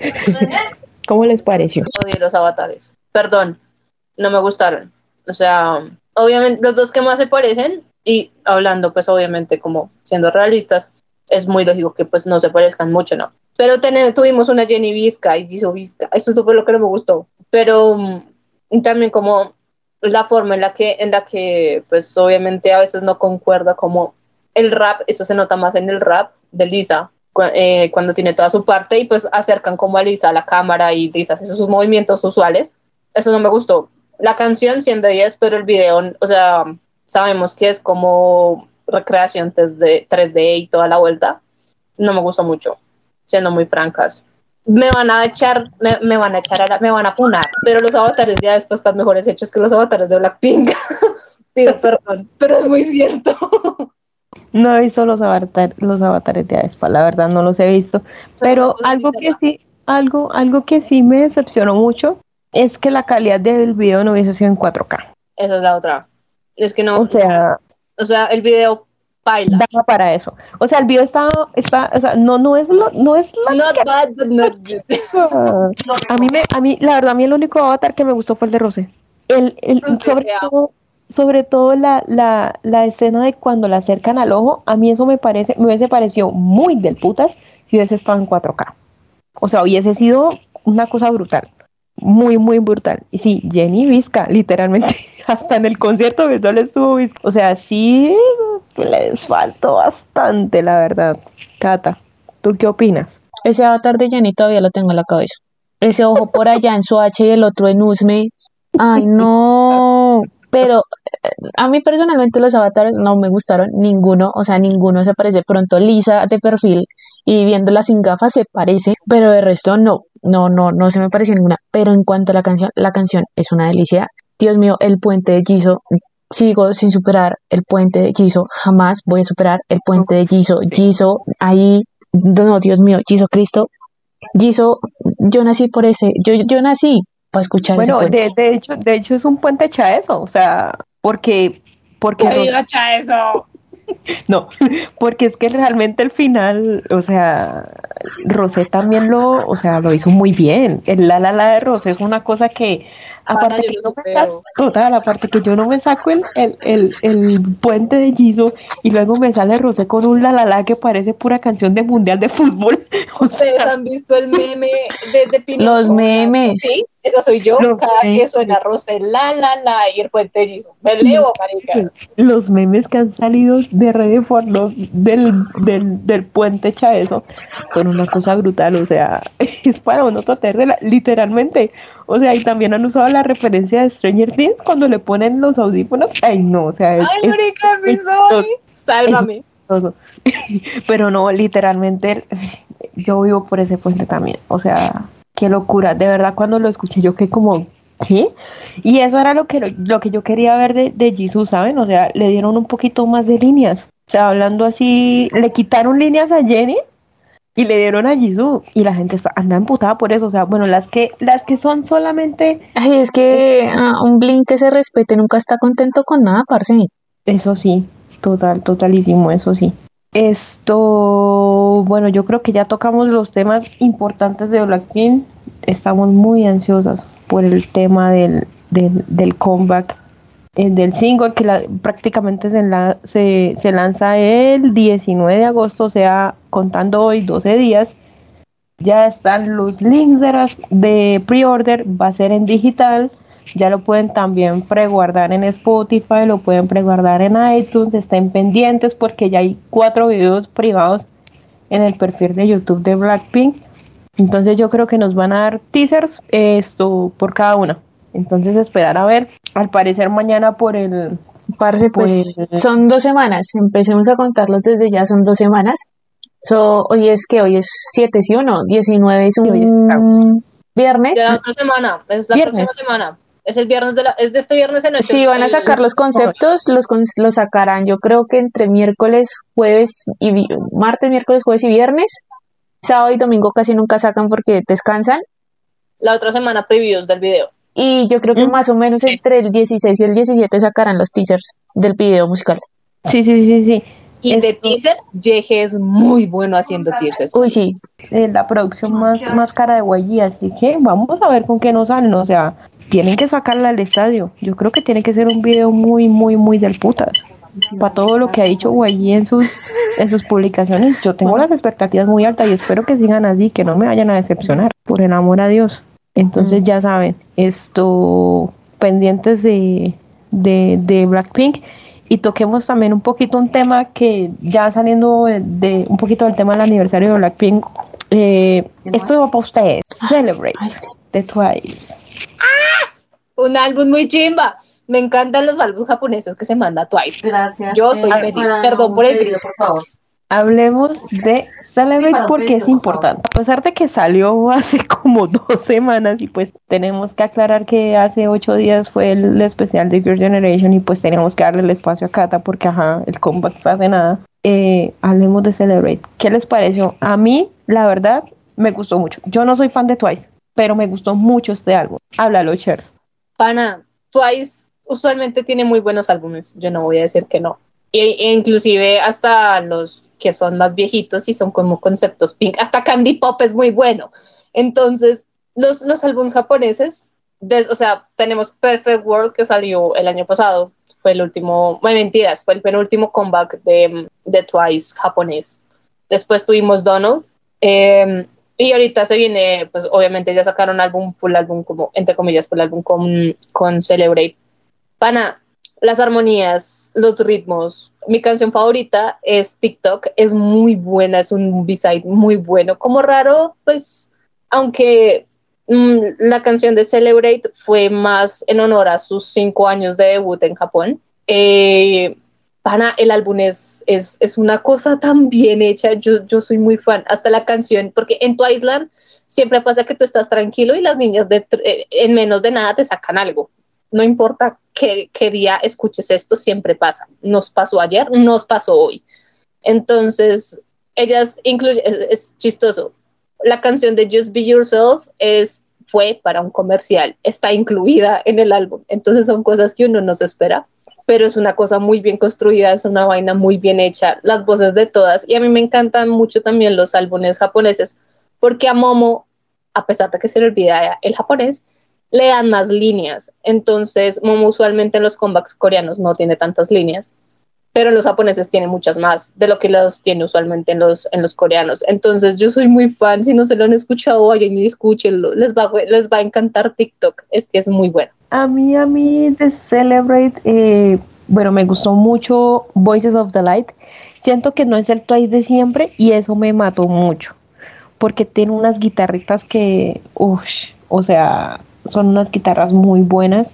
¿Cómo les pareció? odié los avatares. Perdón, no me gustaron. O sea, obviamente los dos que más se parecen, y hablando pues obviamente como siendo realistas, es muy lógico que pues no se parezcan mucho, ¿no? Pero ten- tuvimos una Jenny Visca y Jisoo Visca, eso fue lo que no me gustó. Pero mm, también como la forma en la que, en la que pues obviamente a veces no concuerda como el rap, eso se nota más en el rap de Lisa, cu- eh, cuando tiene toda su parte y pues acercan como a Lisa a la cámara y Lisa hace sus movimientos usuales. Eso no me gustó. La canción cien de diez, pero el video, o sea, sabemos que es como recreación tres D, tres D y toda la vuelta. No me gustó mucho, siendo muy francas. Me van a echar, me, me van a echar, a la- me van a funar, pero los avatares ya después están mejores hechos que los avatares de Blackpink. Pido perdón, pero es muy cierto. No he visto los avatar, los avatares de Aespa, la verdad no los he visto. Pero Son algo cosas que sí, algo, algo que sí me decepcionó mucho es que la calidad del video no hubiese sido en cuatro K. Esa es la otra. Es que no, O sea, o sea, el video baila. daba para eso. O sea, el video está, está, o sea, no, no es lo, no es la Not bad, but not good. A mí me, a mí, la verdad, a mí el único avatar que me gustó fue el de Rosé. El, el, Rosé, sobre te amo. todo, sobre todo la, la, la escena de cuando la acercan al ojo, a mí eso me parece, me hubiese parecido muy del putas si hubiese estado en cuatro K. O sea, hubiese sido una cosa brutal. Muy, muy brutal. Y sí, Jenny Visca, literalmente, hasta en el concierto virtual estuvo Visca. O sea, sí, les faltó bastante, la verdad. Cata, ¿tú qué opinas? Ese avatar de Jenny todavía lo tengo en la cabeza. Ese ojo por allá en Swatch y el otro en Usme. Ay, no. Pero eh, a mí personalmente los avatares no me gustaron ninguno. O sea, ninguno se parece. Pronto Lisa de perfil y viéndola sin gafas se parece. Pero de resto no. No, no, no se me pareció ninguna. Pero en cuanto a la canción, la canción es una delicia. Dios mío, el puente de Jisoo. Sigo sin superar el puente de Jisoo. Jamás voy a superar el puente de Jisoo. Jisoo, ahí. No, Dios mío, Jisoo Cristo. Jisoo, yo nací por ese. Yo, yo nací para escuchar Bueno, ese puente. de, de hecho, de hecho es un puente hecha eso, o sea, porque, porque ¡Ay, Rosé- gacha eso! no, porque es que realmente el final, o sea, Rosé también lo, o sea, lo hizo muy bien. El la la la de Rosé es una cosa que, aparte Pana, yo que lo no me supero. saco, total, aparte que yo no me saco el, el, el, el puente de Jisoo y luego me sale Rosé con un la la la que parece pura canción de mundial de fútbol. O sea, ¿Ustedes han visto el meme de, de Pino? Los memes. Sí, esa soy yo. Los Cada que memes. suena Rosé, la, la, la, y el puente de Jisoo. Me leo, marica. los memes que han salido de Ready for Love del, del, del puente hecha eso son una cosa brutal, o sea, es para uno tratársela, literalmente. O sea, y también han usado la referencia de Stranger Things cuando le ponen los audífonos. Ay, no, o sea, es, Ay, es marica, sí es soy. Sálvame. chistoso. Pero no, literalmente yo vivo por ese puente también. O sea, qué locura. De verdad, cuando lo escuché, yo quedé como, ¿qué? Y eso era lo que, lo, lo que yo quería ver de, de Jisoo, ¿saben? O sea, le dieron un poquito más de líneas. O sea, hablando así, le quitaron líneas a Jennie y le dieron a Jisoo. Y la gente está, anda emputada por eso. O sea, bueno, las que, las que son solamente... Ay, es que ah, un Blink que se respete nunca está contento con nada, parce. Eso sí, total, totalísimo, eso sí. Esto, bueno, yo creo que ya tocamos los temas importantes de Blackpink. Estamos muy ansiosas por el tema del, del, del comeback, eh, del single que la, prácticamente se, la, se, se lanza el diecinueve de agosto, o sea, contando hoy doce días. Ya están los links de, las, de pre-order, va a ser en digital. Ya lo pueden también preguardar en Spotify, lo pueden preguardar en iTunes, estén pendientes porque ya hay cuatro videos privados en el perfil de YouTube de Blackpink. Entonces yo creo que nos van a dar teasers esto por cada una. Entonces esperar a ver, al parecer mañana por el... Parce, pues por el- son dos semanas, empecemos a contarlos desde ya, son dos semanas. So, hoy es que hoy es siete, ¿sí o no? diecinueve es Sí, hoy es un viernes. Ya la otra semana, es la Viernes. próxima semana. Es el viernes de la, es de este viernes en noche. Sí, van a sacar los conceptos, los, con- los sacarán yo creo que entre miércoles, jueves y vi- martes, miércoles, jueves y viernes. Sábado y domingo casi nunca sacan porque descansan. La otra semana previews del video. Y yo creo que Mm. más o menos entre el dieciséis y el diecisiete sacarán los teasers del video musical. Sí, sí, sí, sí. Y de Esto- teasers, Yeje es muy bueno haciendo teasers. Uy, sí. eh, la producción más, más cara de Y G, así que vamos a ver con qué nos salen, o sea, tienen que sacarla al estadio. Yo creo que tiene que ser un video muy, muy, muy del putas. Para todo lo que ha dicho Y G en sus, en sus publicaciones, yo tengo las expectativas muy altas y espero que sigan así, que no me vayan a decepcionar, por el amor a Dios. Entonces Mm. ya saben, esto, pendientes de, de, de Blackpink. Y toquemos también un poquito un tema que ya saliendo de, de un poquito del tema del aniversario de Blackpink, eh, esto va para ustedes, Celebrate Ay, sí. de Twice. Un álbum muy chimba. Me encantan los álbumes japoneses que se manda Twice. Gracias. Yo soy Eh, feliz. para Perdón un por el pedido, grito. por favor. Hablemos de Celebrate para porque pedido, es por importante. A pesar de que salió hace como dos semanas y pues tenemos que aclarar que hace ocho días fue el especial de Girl Generation y pues tenemos que darle el espacio a Kata porque ajá, el comeback fue hace nada. Eh, hablemos de Celebrate. ¿Qué les pareció? A mí, la verdad, me gustó mucho. Yo no soy fan de Twice, pero me gustó mucho este álbum. Háblalo, Chers. Pana, Twice usualmente tiene muy buenos álbumes. Yo no voy a decir que no. E, e inclusive hasta los que son más viejitos y son como conceptos pink. Hasta Candy Pop es muy bueno. Entonces, los, los álbumes japoneses, des- o sea, tenemos Perfect World que salió el año pasado. Fue el último, bueno, mentiras, fue el penúltimo comeback de, de Twice japonés. Después tuvimos Donald. Eh, y ahorita se viene, pues obviamente ya sacaron álbum, full álbum, como entre comillas, full álbum con, con Celebrate. Pana, las armonías, los ritmos. Mi canción favorita es TikTok, es muy buena, es un B-side muy bueno. Como raro, pues, aunque mm, la canción de Celebrate fue más en honor a sus cinco años de debut en Japón. Eh, pana, el álbum es, es, es una cosa tan bien hecha, yo, yo soy muy fan. Hasta la canción, porque en Twiceland siempre pasa que tú estás tranquilo y las niñas de, eh, en menos de nada te sacan algo. No importa qué, qué día escuches esto, siempre pasa. Nos pasó ayer, nos pasó hoy. Entonces, ellas incluyen, es, es chistoso. La canción de Just Be Yourself es, fue para un comercial, está incluida en el álbum. Entonces son cosas que uno no se espera, pero es una cosa muy bien construida, es una vaina muy bien hecha, las voces de todas. Y a mí me encantan mucho también los álbumes japoneses, porque a Momo, a pesar de que se le olvida el japonés, le dan más líneas. Entonces, Momo usualmente en los comebacks coreanos no tiene tantas líneas, pero en los japoneses tiene muchas más de lo que los tiene usualmente en los, en los coreanos. Entonces, yo soy muy fan. Si no se lo han escuchado, vayan y escúchenlo. Les va, les va a encantar TikTok. Es que es muy bueno. A mí, a mí de Celebrate, eh, bueno, me gustó mucho Voices of the Light. Siento que no es el Twice de siempre y eso me mató mucho. Porque tiene unas guitarritas que, uff, o sea, son unas guitarras muy buenas.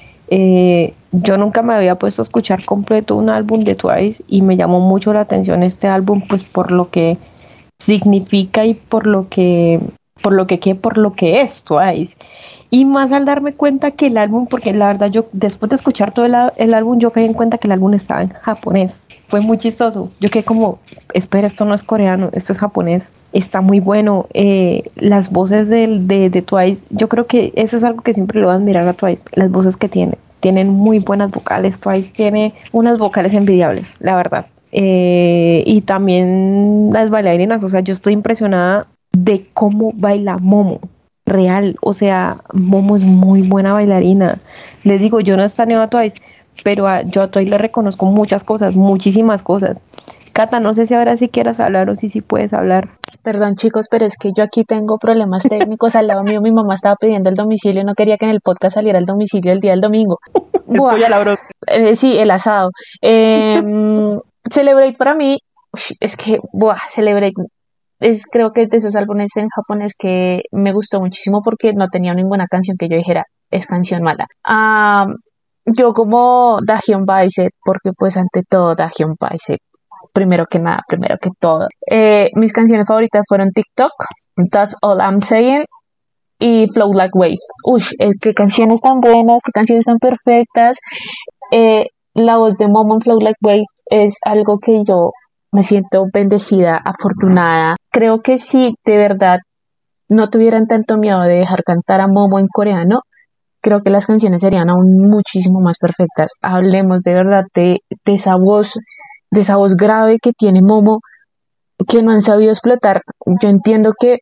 Eh, yo nunca me había puesto a escuchar completo un álbum de Twice y me llamó mucho la atención este álbum, pues por lo que significa y por lo que, por lo que, que por lo que es Twice. Y más al darme cuenta que el álbum, porque la verdad yo después de escuchar todo el, el álbum, yo caí en cuenta que el álbum estaba en japonés. Fue muy chistoso. Yo quedé como, espera, esto no es coreano, esto es japonés. Está muy bueno. Eh, las voces de, de, de Twice, yo creo que eso es algo que siempre le voy a admirar a Twice, las voces que tiene. Tienen muy buenas vocales. Twice tiene unas vocales envidiables, la verdad. Eh, y también las bailarinas, o sea, yo estoy impresionada de cómo baila Momo. Real, o sea, Momo es muy buena bailarina. Les digo, yo no estaneo a Twice, pero a, yo a Twice le reconozco muchas cosas, muchísimas cosas. Cata, no sé si ahora sí quieras hablar o si sí puedes hablar. Perdón, chicos, pero es que yo aquí tengo problemas técnicos. Al lado mío mi mamá estaba pidiendo el domicilio, no quería que en el podcast saliera el domicilio el día del domingo. El pollo a la broca. Eh, sí, el asado. Eh, Celebrate para mí, es que, buah, Celebrate, es, creo que es de esos álbumes en japonés que me gustó muchísimo porque no tenía ninguna canción que yo dijera, es canción mala. Um, yo como Dahyun Bicep, porque pues ante todo Dahyun Bicep, primero que nada, primero que todo. Eh, mis canciones favoritas fueron TikTok, That's All I'm Saying y Flow Like Wave. Uy, es que canciones tan buenas, que canciones tan perfectas. Eh, la voz de Momo en Flow Like Wave es algo que yo me siento bendecida, afortunada. Creo que si de verdad no tuvieran tanto miedo de dejar cantar a Momo en coreano, creo que las canciones serían aún muchísimo más perfectas. Hablemos de verdad de, de esa voz, de esa voz grave que tiene Momo, que no han sabido explotar. Yo entiendo que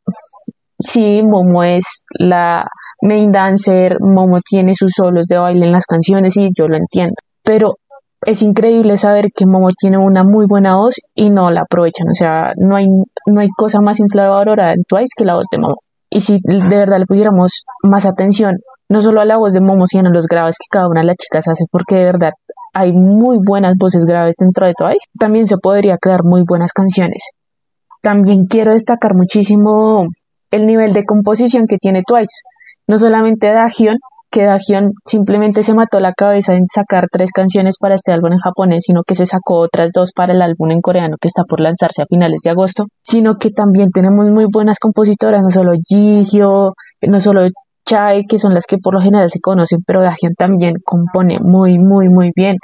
sí, Momo es la main dancer, Momo tiene sus solos de baile en las canciones y yo lo entiendo, pero es increíble saber que Momo tiene una muy buena voz y no la aprovechan. O sea, no hay, no hay cosa más infladora en Twice que la voz de Momo. Y si de verdad le pusiéramos más atención, no solo a la voz de Momo, sino a los graves que cada una de las chicas hace, porque de verdad hay muy buenas voces graves dentro de Twice, también se podría crear muy buenas canciones. También quiero destacar muchísimo el nivel de composición que tiene Twice. No solamente Dahyun, que Dahyun simplemente se mató la cabeza en sacar tres canciones para este álbum en japonés, sino que se sacó otras dos para el álbum en coreano que está por lanzarse a finales de agosto, sino que también tenemos muy buenas compositoras, no solo Jihyo, no solo Chae, que son las que por lo general se conocen, pero Dahyun también compone muy, muy, muy bien.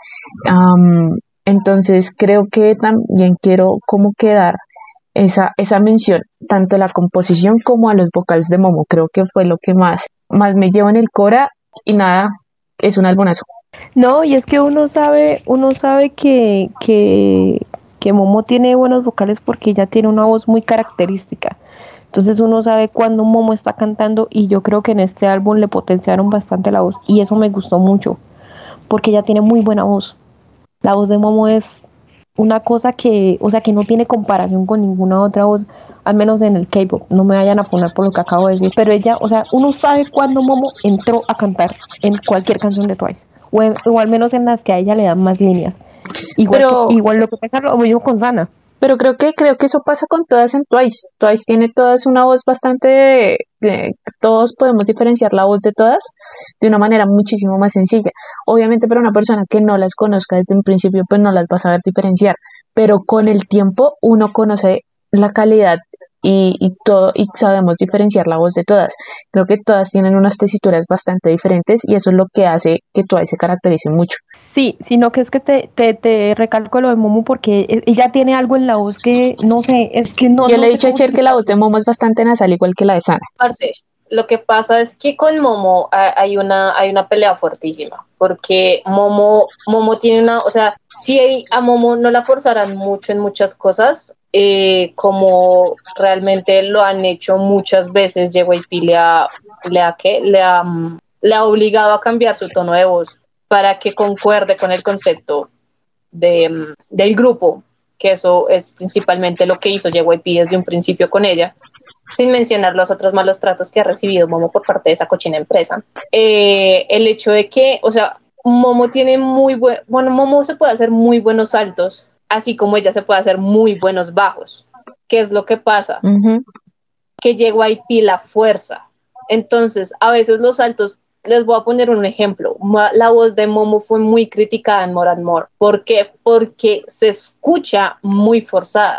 Um, entonces creo que también quiero como quedar esa, esa mención, tanto la composición como a los vocales de Momo. Creo que fue lo que más, más me llevó en el cora. Y nada, es un albumazo. No, y es que uno sabe, uno sabe que, que, que Momo tiene buenos vocales porque ella tiene una voz muy característica. Entonces uno sabe cuando Momo está cantando y yo creo que en este álbum le potenciaron bastante la voz y eso me gustó mucho porque ella tiene muy buena voz. La voz de Momo es una cosa que, o sea, que no tiene comparación con ninguna otra voz, al menos en el K-pop, no me vayan a poner por lo que acabo de decir, pero ella, o sea, uno sabe cuándo Momo entró a cantar en cualquier canción de Twice, o, en, o al menos en las que a ella le dan más líneas. Igual, pero, que, igual lo que pasa lo mismo con Sana. Pero creo que creo que eso pasa con todas en Twice. Twice tiene todas una voz bastante, eh, todos podemos diferenciar la voz de todas de una manera muchísimo más sencilla. Obviamente para una persona que no las conozca desde un principio, pues no las va a saber diferenciar. Pero con el tiempo uno conoce la calidad y, y todo y sabemos diferenciar la voz de todas. Creo que todas tienen unas tesituras bastante diferentes y eso es lo que hace que Twice se caracterice mucho. Sí, sino que es que te, te, te recalco lo de Momo porque ella tiene algo en la voz que, no sé, es que no... Yo no le he dicho a Cher que la voz de Momo es bastante nasal, igual que la de Sana. Parce, lo que pasa es que con Momo hay una, hay una pelea fuertísima, porque Momo, Momo tiene una, o sea, si a Momo no la forzaran mucho en muchas cosas, eh, como realmente lo han hecho muchas veces, J Y P le ha, le ha, ¿qué? Le ha, le ha obligado a cambiar su tono de voz para que concuerde con el concepto de, del grupo, que eso es principalmente lo que hizo J Y P desde un principio con ella, sin mencionar los otros malos tratos que ha recibido Momo por parte de esa cochina empresa. Eh, el hecho de que, o sea, Momo tiene muy buen, bueno, Momo se puede hacer muy buenos saltos, así como ella se puede hacer muy buenos bajos. ¿Qué es lo que pasa? Uh-huh. Que J Y P la fuerza. Entonces, a veces los saltos, les voy a poner un ejemplo. La voz de Momo fue muy criticada en More and More. ¿Por qué? Porque se escucha muy forzada.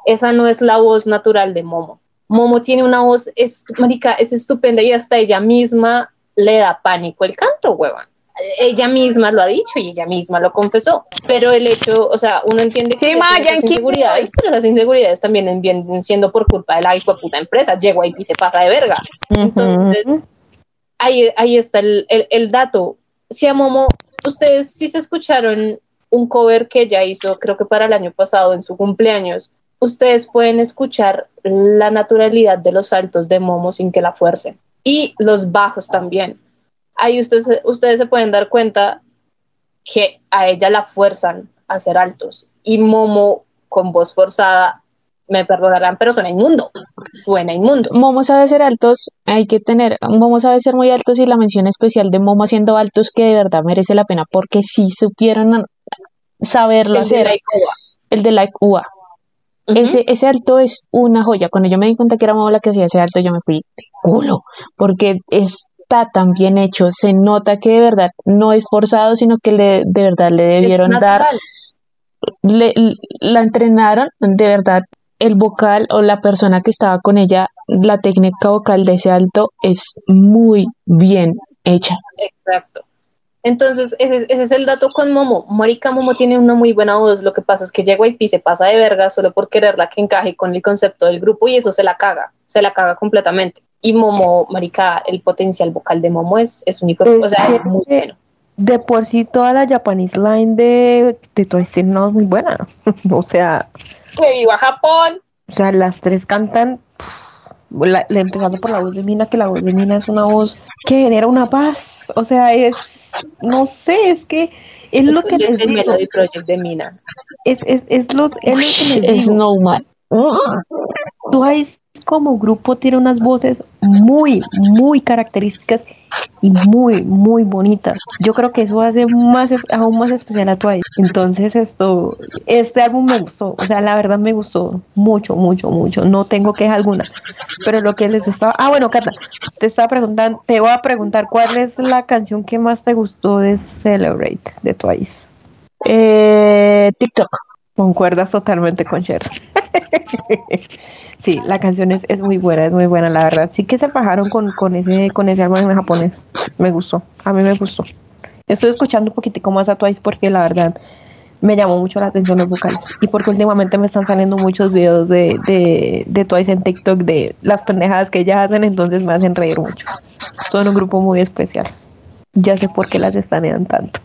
esa no es la voz natural de Momo. Momo tiene una voz, es, marica, es estupenda y hasta ella misma le da pánico el canto, huevón. Ella misma lo ha dicho y ella misma lo confesó, pero el hecho, o sea, uno entiende que sí, ma, tiene esas inseguridades, pero esas inseguridades también vienen siendo por culpa de la hijo de puta empresa, J Y P se pasa de verga. Entonces, uh-huh. ahí, ahí está el, el, el dato. Si a Momo, ustedes sí se escucharon un cover que ella hizo, creo que para el año pasado, en su cumpleaños, ustedes pueden escuchar la naturalidad de los saltos de Momo sin que la fuercen, y los bajos también. Ahí ustedes, ustedes se pueden dar cuenta que a ella la fuerzan a hacer altos, y Momo con voz forzada, me perdonarán, pero suena inmundo, suena inmundo. Momo sabe hacer altos, hay que tener, Momo sabe ser muy altos, y la mención especial de Momo haciendo altos que de verdad merece la pena, porque sí supieron saberlo el hacer. De like el de Like Ua. Uh-huh. Ese, ese alto es una joya. Cuando yo me di cuenta que era Momo la que hacía ese alto, yo me fui de culo, porque está tan bien hecho, se nota que de verdad no es forzado, sino que le, de verdad le debieron dar, le, la entrenaron, de verdad, el vocal o la persona que estaba con ella, la técnica vocal de ese alto es muy bien hecha. Exacto. Entonces, ese, ese es el dato con Momo. Marica, Momo tiene una muy buena voz. Lo que pasa es que J Y P se pasa de verga solo por quererla que encaje con el concepto del grupo, y eso se la caga, se la caga completamente. Y Momo, marica, el potencial vocal de Momo es, es único, o sea, es muy bueno. De por sí, toda la Japanese line de, de Twice tiene una voz muy buena. O sea... ¡Que viva Japón! O sea, las tres cantan... La, la, empezando por la voz de Mina, que la voz de Mina es una voz que genera una paz. O sea, es... No sé, es que... Es lo que es el Melody Project de Mina. Es, es, es, lo, es lo que les digo. Es Snowman. Twice como grupo tiene unas voces muy, muy características y muy, muy bonitas. Yo creo que eso hace más, aún más especial a Twice. Entonces esto, este álbum me gustó, o sea, la verdad me gustó mucho, mucho, mucho. No tengo queja alguna. Pero lo que les estaba, ah bueno, Cata, te estaba preguntando, te voy a preguntar cuál es la canción que más te gustó de Celebrate de Twice. Eh, TikTok. Concuerdas totalmente con Cher. Sí, la canción es, es muy buena, es muy buena, la verdad. Sí que se bajaron con, con ese con ese álbum en japonés. Me gustó, a mí me gustó. Estoy escuchando un poquitico más a Twice porque la verdad me llamó mucho la atención los vocales. Y porque últimamente me están saliendo muchos videos de, de, de Twice en TikTok de las pendejadas que ellas hacen, entonces me hacen reír mucho. Son un grupo muy especial. Ya sé por qué las estanean tanto.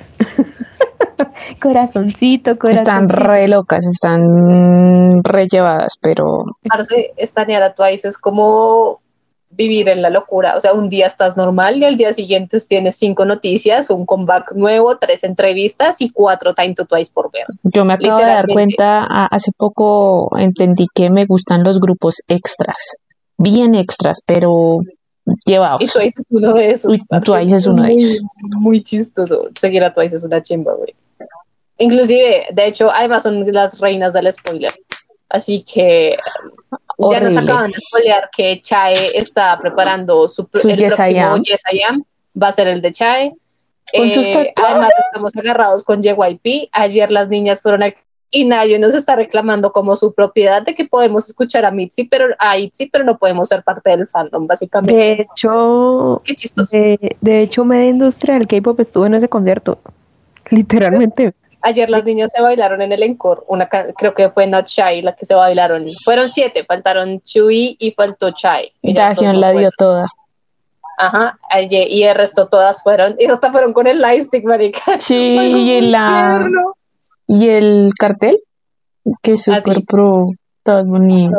Corazoncito, corazoncito. Están re locas, están re llevadas, pero... Parce, estanear a Twice es como vivir en la locura. O sea, un día estás normal y al día siguiente tienes cinco noticias, un comeback nuevo, tres entrevistas y cuatro Time to Twice por ver. Yo me acabo de dar cuenta, hace poco entendí que me gustan los grupos extras. Bien extras, pero... llevados. Y Twice es uno de esos. Uy, Twice es uno de muy, ellos. Muy chistoso. Seguir a Twice es una chimba, güey. Inclusive, de hecho, además son las reinas del spoiler. Así que horrible. Ya nos acaban de spoilear que Chae está preparando su, su el Yes próximo Yes I Am. Va a ser el de Chae. Eh, además, estamos agarrados con J Y P. Ayer las niñas fueron al... y Nayo nos está reclamando como su propiedad de que podemos escuchar a Mitzi, pero a Itzy, pero no podemos ser parte del fandom, básicamente. De hecho, qué chistoso. De, de hecho, Media Industria del K-pop estuvo en ese concierto, literalmente. Ayer las niñas se bailaron en el encore, una creo que fue Not Shy la que se bailaron. Fueron siete, faltaron Chui y faltó Chai. Dahyun la dio toda. Ajá, y el resto todas fueron, y hasta fueron con el lightstick, marica. Sí, y la... Tierno. Y el cartel, que es súper ah, pro, todo bonito.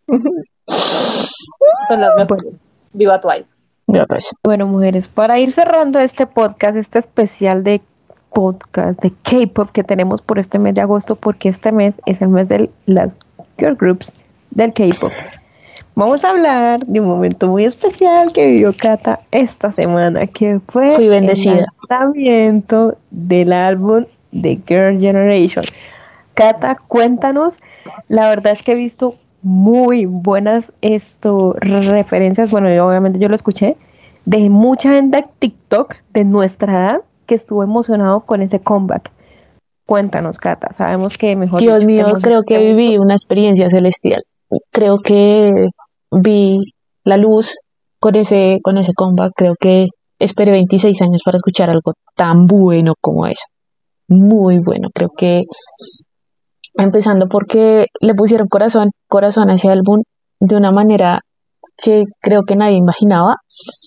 Son las mejores. Viva Twice. Viva Twice. Bueno, mujeres, para ir cerrando este podcast, este especial de podcast de K-pop que tenemos por este mes de agosto, porque este mes es el mes de las girl groups del K-pop. Vamos a hablar de un momento muy especial que vivió Cata esta semana, que fue Fui bendecida. el lanzamiento del álbum de Girl Generation. Cata, cuéntanos. La verdad es que he visto muy buenas esto, referencias. Bueno, yo, obviamente yo lo escuché de mucha gente de TikTok de nuestra edad que estuvo emocionado con ese comeback. Cuéntanos, Cata, sabemos que mejor Dios dicho, mío, hemos creo que hemos viví visto. una experiencia celestial. Creo que vi la luz con ese, con ese comeback. Creo que esperé veintiséis años para escuchar algo tan bueno como eso. Muy bueno. Creo que empezando porque le pusieron corazón, corazón a ese álbum de una manera que creo que nadie imaginaba,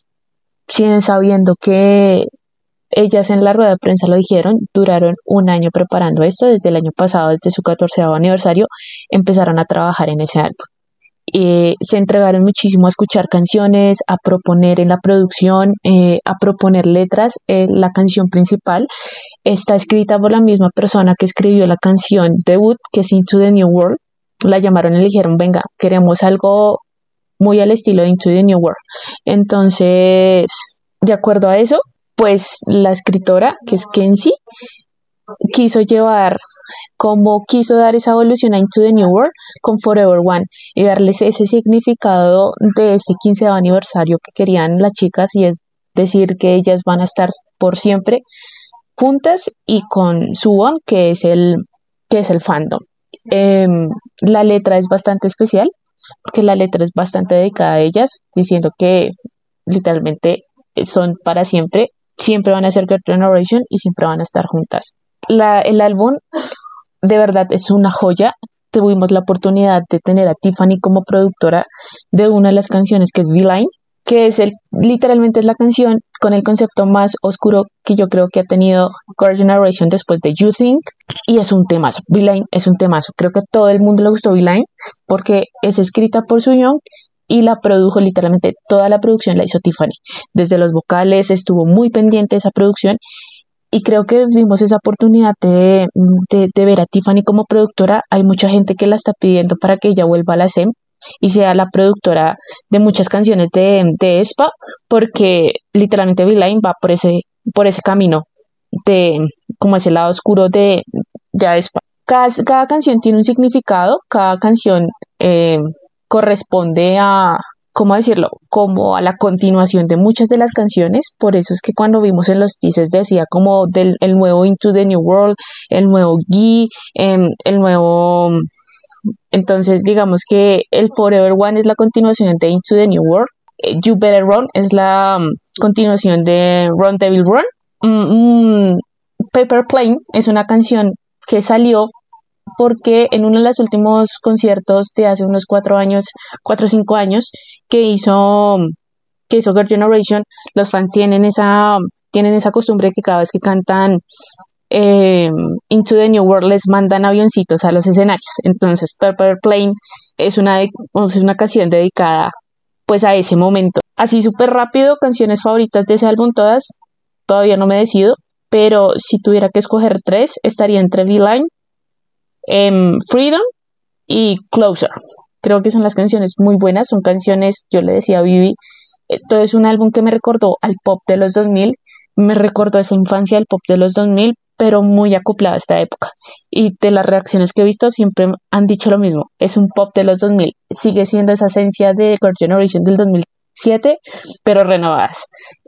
sin sabiendo que ellas en la rueda de prensa lo dijeron, duraron un año preparando esto, desde el año pasado, desde su catorceavo aniversario, empezaron a trabajar en ese álbum. Eh, se entregaron muchísimo a escuchar canciones, a proponer en la producción, eh, a proponer letras. Eh, la canción principal está escrita por la misma persona que escribió la canción debut, que es Into the New World. La llamaron y le dijeron, venga, queremos algo muy al estilo de Into the New World. Entonces, de acuerdo a eso, pues la escritora, que es Kenzie, quiso llevar, como quiso dar esa evolución a Into the New World con Forever One y darles ese significado de este quinceavo aniversario que querían las chicas, y es decir que ellas van a estar por siempre juntas y con Suwon, que es el, que es el fandom. Eh, la letra es bastante especial porque la letra es bastante dedicada a ellas, diciendo que literalmente son para siempre, siempre van a ser Girl Generation y siempre van a estar juntas. La, el álbum de verdad es una joya. Tuvimos la oportunidad de tener a Tiffany como productora de una de las canciones, que es V-Line, que es el, literalmente es la canción con el concepto más oscuro que yo creo que ha tenido Girl Generation después de You Think, y es un temazo. V-Line es un temazo. Creo que a todo el mundo le gustó V-Line porque es escrita por Soo-young y la produjo, literalmente toda la producción la hizo Tiffany. Desde los vocales estuvo muy pendiente de esa producción, y creo que vimos esa oportunidad de, de, de ver a Tiffany como productora. Hay mucha gente que la está pidiendo para que ella vuelva a la S E M y sea la productora de muchas canciones de, de aespa, porque literalmente V-Line va por ese, por ese camino de como ese lado oscuro de, de aespa. Cada, cada canción tiene un significado, cada canción eh, corresponde a, ¿cómo decirlo? Como a la continuación de muchas de las canciones. Por eso es que cuando vimos en los teasers decía como del el nuevo Into the New World, el nuevo Gi, eh, el nuevo... Entonces digamos que el Forever One es la continuación de Into the New World. eh, You Better Run es la um, continuación de Run Devil Run. Mm, mm, Paper Plane es una canción que salió porque en uno de los últimos conciertos de hace unos cuatro años, cuatro o cinco años, que hizo, que hizo Girl Generation, los fans tienen esa, tienen esa costumbre que cada vez que cantan eh, Into the New World les mandan avioncitos a los escenarios. Entonces Paper Plane es una, de, es una canción dedicada pues a ese momento. Así súper rápido, canciones favoritas de ese álbum todas, todavía no me decido, pero si tuviera que escoger tres, estaría entre V-Line, Um, Freedom y Closer. Creo que son las canciones muy buenas, son canciones, yo le decía a Vivi, eh, todo es un álbum que me recordó al pop de los dos mil, me recordó esa infancia del pop de los dos mil, pero muy acoplada a esta época, y de las reacciones que he visto siempre han dicho lo mismo, es un pop de los dos mil, sigue siendo esa esencia de Girl Generation del dos mil siete, pero renovadas,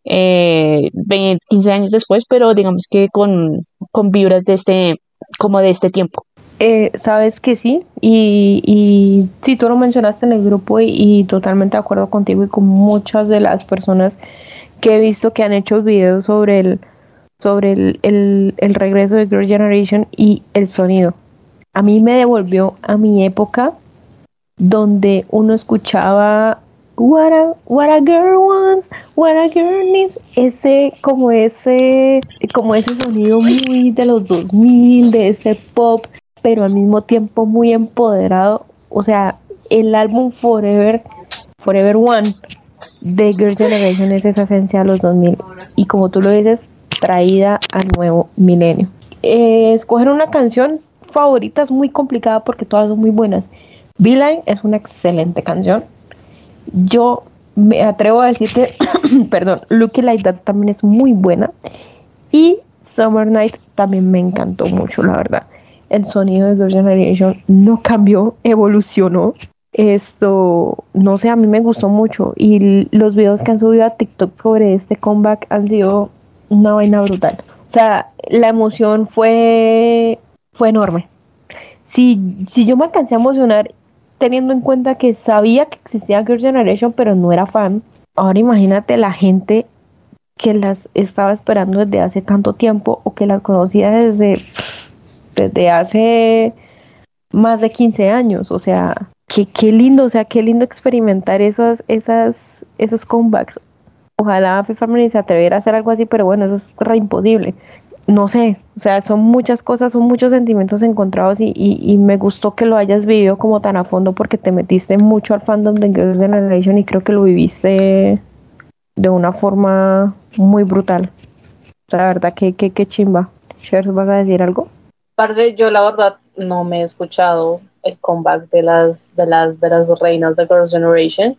eh, veinte, quince años después, pero digamos que con, con vibras de este, como de este tiempo. Eh, sabes que sí, y, y sí, tú lo mencionaste en el grupo y, y totalmente de acuerdo contigo y con muchas de las personas que he visto que han hecho videos sobre el sobre el, el, el regreso de Girl Generation y el sonido. A mí me devolvió a mi época donde uno escuchaba What a, what a girl wants, what a girl needs, ese como ese como ese sonido muy de los dos mil, de ese pop, pero al mismo tiempo muy empoderado. O sea, el álbum Forever, Forever One de Girl Generation es esa esencia de los dos mil, y como tú lo dices, traída al nuevo milenio. Eh, escoger una canción favorita es muy complicada porque todas son muy buenas. V-Line es una excelente canción. Yo me atrevo a decir que, perdón, Looking Like That también es muy buena. Y Summer Night también me encantó mucho, la verdad. El sonido de Girl Generation no cambió, evolucionó. Esto, no sé, a mí me gustó mucho. Y los videos que han subido a TikTok sobre este comeback han sido una vaina brutal. O O sea, la emoción fue, fue enorme. Si, si yo me alcancé a emocionar teniendo en cuenta que sabía que existía Girls' Generation, pero no era fan, ahora imagínate la gente que las estaba esperando desde hace tanto tiempo o que las conocía desde, desde hace más de quince años. O sea, qué, qué lindo, o sea, qué lindo experimentar esos, esas, esos comebacks. Ojalá Fifth Harmony se atreviera a hacer algo así, pero bueno, eso es re imposible. No sé, o sea, son muchas cosas, son muchos sentimientos encontrados y, y, y me gustó que lo hayas vivido como tan a fondo porque te metiste mucho al fandom de Girls' Generation y creo que lo viviste de una forma muy brutal. La verdad que, que, que chimba. Shers, ¿vas a decir algo? Parce, yo la verdad no me he escuchado el comeback de las, de las, de las reinas de Girls' Generation.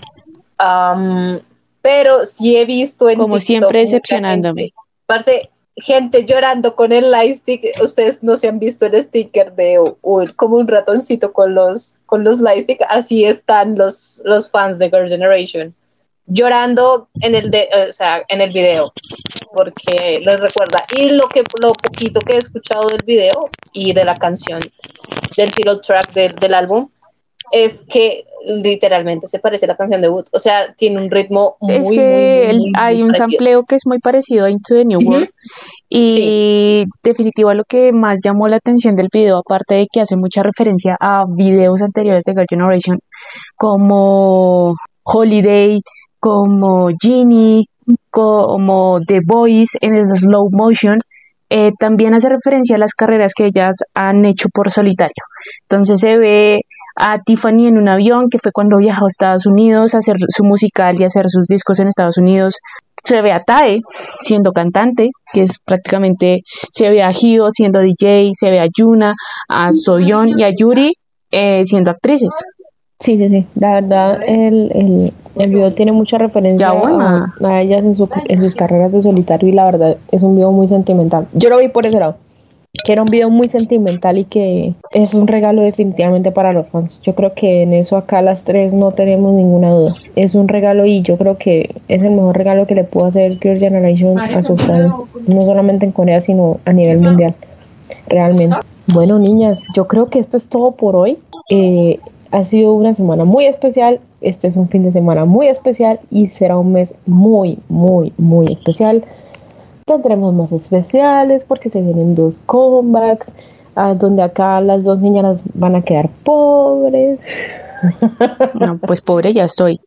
Um, pero sí he visto en Como TikTok siempre mucha decepcionándome. gente, parce, gente llorando con el lightstick. Ustedes no se han visto el sticker de o, o como un ratoncito con los, con los lightstick. Así están los, los fans de Girls' Generation llorando en el de, o sea, en el video, porque les recuerda. Y lo que lo poquito que he escuchado del video y de la canción, del title track de, del álbum, es que literalmente se parece a la canción debut. O sea, tiene un ritmo muy, Es muy, que muy, el- muy, hay muy un parecido. sampleo que es muy parecido a Into the New Ujú. World y Sí. definitivo lo que más llamó la atención del video, aparte de que hace mucha referencia a videos anteriores de Girl Generation como Holiday, como Genie, como The Voice en el slow motion, eh, también hace referencia a las carreras que ellas han hecho por solitario. Entonces se ve a Tiffany en un avión, que fue cuando viajó a Estados Unidos a hacer su musical y hacer sus discos en Estados Unidos. Se ve a Tae siendo cantante, que es prácticamente, se ve a Hyo siendo D J, se ve a Yuna, a Soyeon y a Yuri eh, siendo actrices. Sí, sí, sí. La verdad, el, el, el video tiene mucha referencia Ya a, buena. a ellas en, su, en sus carreras de solitario y la verdad es un video muy sentimental. Yo lo vi por ese lado, que era un video muy sentimental y que es un regalo definitivamente para los fans. Yo creo que en eso acá las tres no tenemos ninguna duda. Es un regalo y yo creo que es el mejor regalo que le pudo hacer Girls' Generation a sus fans, no solamente en Corea, sino a nivel mundial, realmente. Bueno, niñas, yo creo que esto es todo por hoy. Eh, ha sido una semana muy especial. Este es un fin de semana muy especial y será un mes muy, muy, muy especial. Tendremos más especiales porque se vienen dos comebacks, ah, donde acá las dos niñas van a quedar pobres. No, pues pobre ya estoy.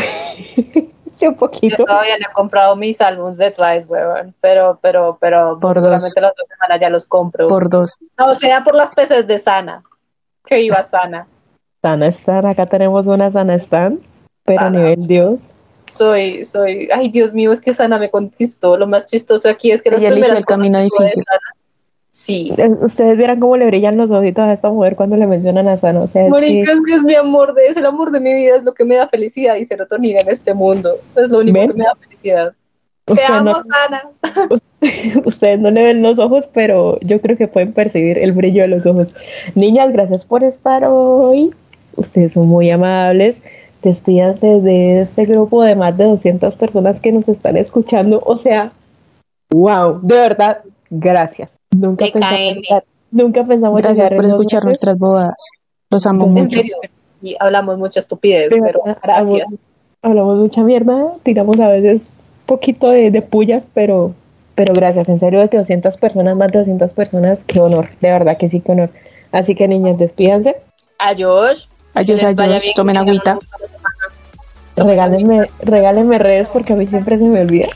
Sí, un Yo poquito. todavía no he comprado mis álbumes de Twice, weón, pero, pero, pero Por seguramente dos. la otra semana ya los compro. Por dos. No, será por las peces de Sana, que viva Sana. Sana Stan, acá tenemos una Sana Stan, pero a Sana. nivel Dios. Soy, soy, ay Dios mío, es que Sana me conquistó. Lo más chistoso aquí es que las Ella eligió primeras el cosas camino que tuve de difícil. Sana, sí. Eh, Ustedes vieran cómo le brillan los ojitos a esta mujer cuando le mencionan a Sana. O sea, es Mónica, que, es que es mi amor, de, es el amor de mi vida, es lo que me da felicidad y serotonina en este mundo. Es lo único ¿ven? que me da felicidad. Te Usted amo, no- Sana. Ustedes no le ven los ojos, pero yo creo que pueden percibir el brillo de los ojos. Niñas, gracias por estar hoy. Ustedes son muy amables. Despídanse de este grupo de más de doscientas personas que nos están escuchando. O sea, wow, de verdad, gracias. Nunca T K pensamos M. llegar, nunca pensamos Gracias llegar por en dos escuchar meses. nuestras bobadas. Los amo En En mucho. serio, sí, hablamos mucha estupidez, De pero verdad, gracias. Hablamos, hablamos mucha mierda, tiramos a veces poquito de, de pullas, pero, pero gracias, en serio, de doscientas personas, más de doscientas personas, qué honor, de verdad que sí, qué honor. Así que niñas, despídanse, Adiós. Adiós, Que les vaya adiós. bien, Tomen que tengan agüita. una buena semana. regálenme, regálenme redes porque a mí siempre se me olvida.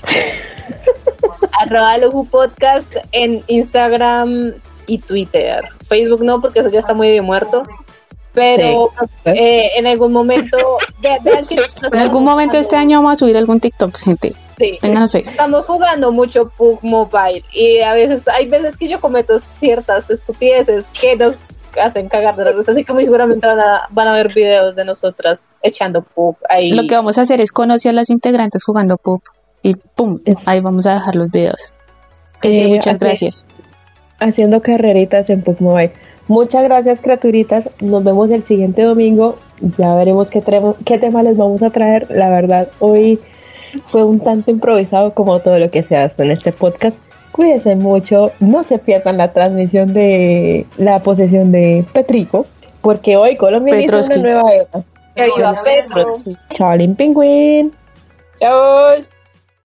Arroba Luju Podcast en Instagram y Twitter. Facebook no, porque eso ya está muy de muerto. Pero eh, en algún momento, ve- vean que En algún momento este año vamos a subir algún TikTok, gente. sí, Ténganos fe. estamos jugando mucho P U B Mobile y a veces hay veces que yo cometo ciertas estupideces que nos hacen cagar de la risa, así que muy seguramente van a, van a ver videos de nosotras echando P U B ahí. Lo que vamos a hacer es conocer a las integrantes jugando P U B. Y pum, Es- ahí vamos a dejar los videos. Eh, Muchas así- gracias. Haciendo carreritas en P U B Mobile. Muchas gracias, criaturitas. Nos vemos el siguiente domingo. Ya veremos qué, traemos- qué tema les vamos a traer. La verdad, hoy fue un tanto improvisado como todo lo que se hace en este podcast. Cuídense mucho, no se pierdan la transmisión de la posesión de Petrico, porque hoy Colombia inicia una Petrovsky. nueva era. Que viva Petro. Charlie Penguin. Chao.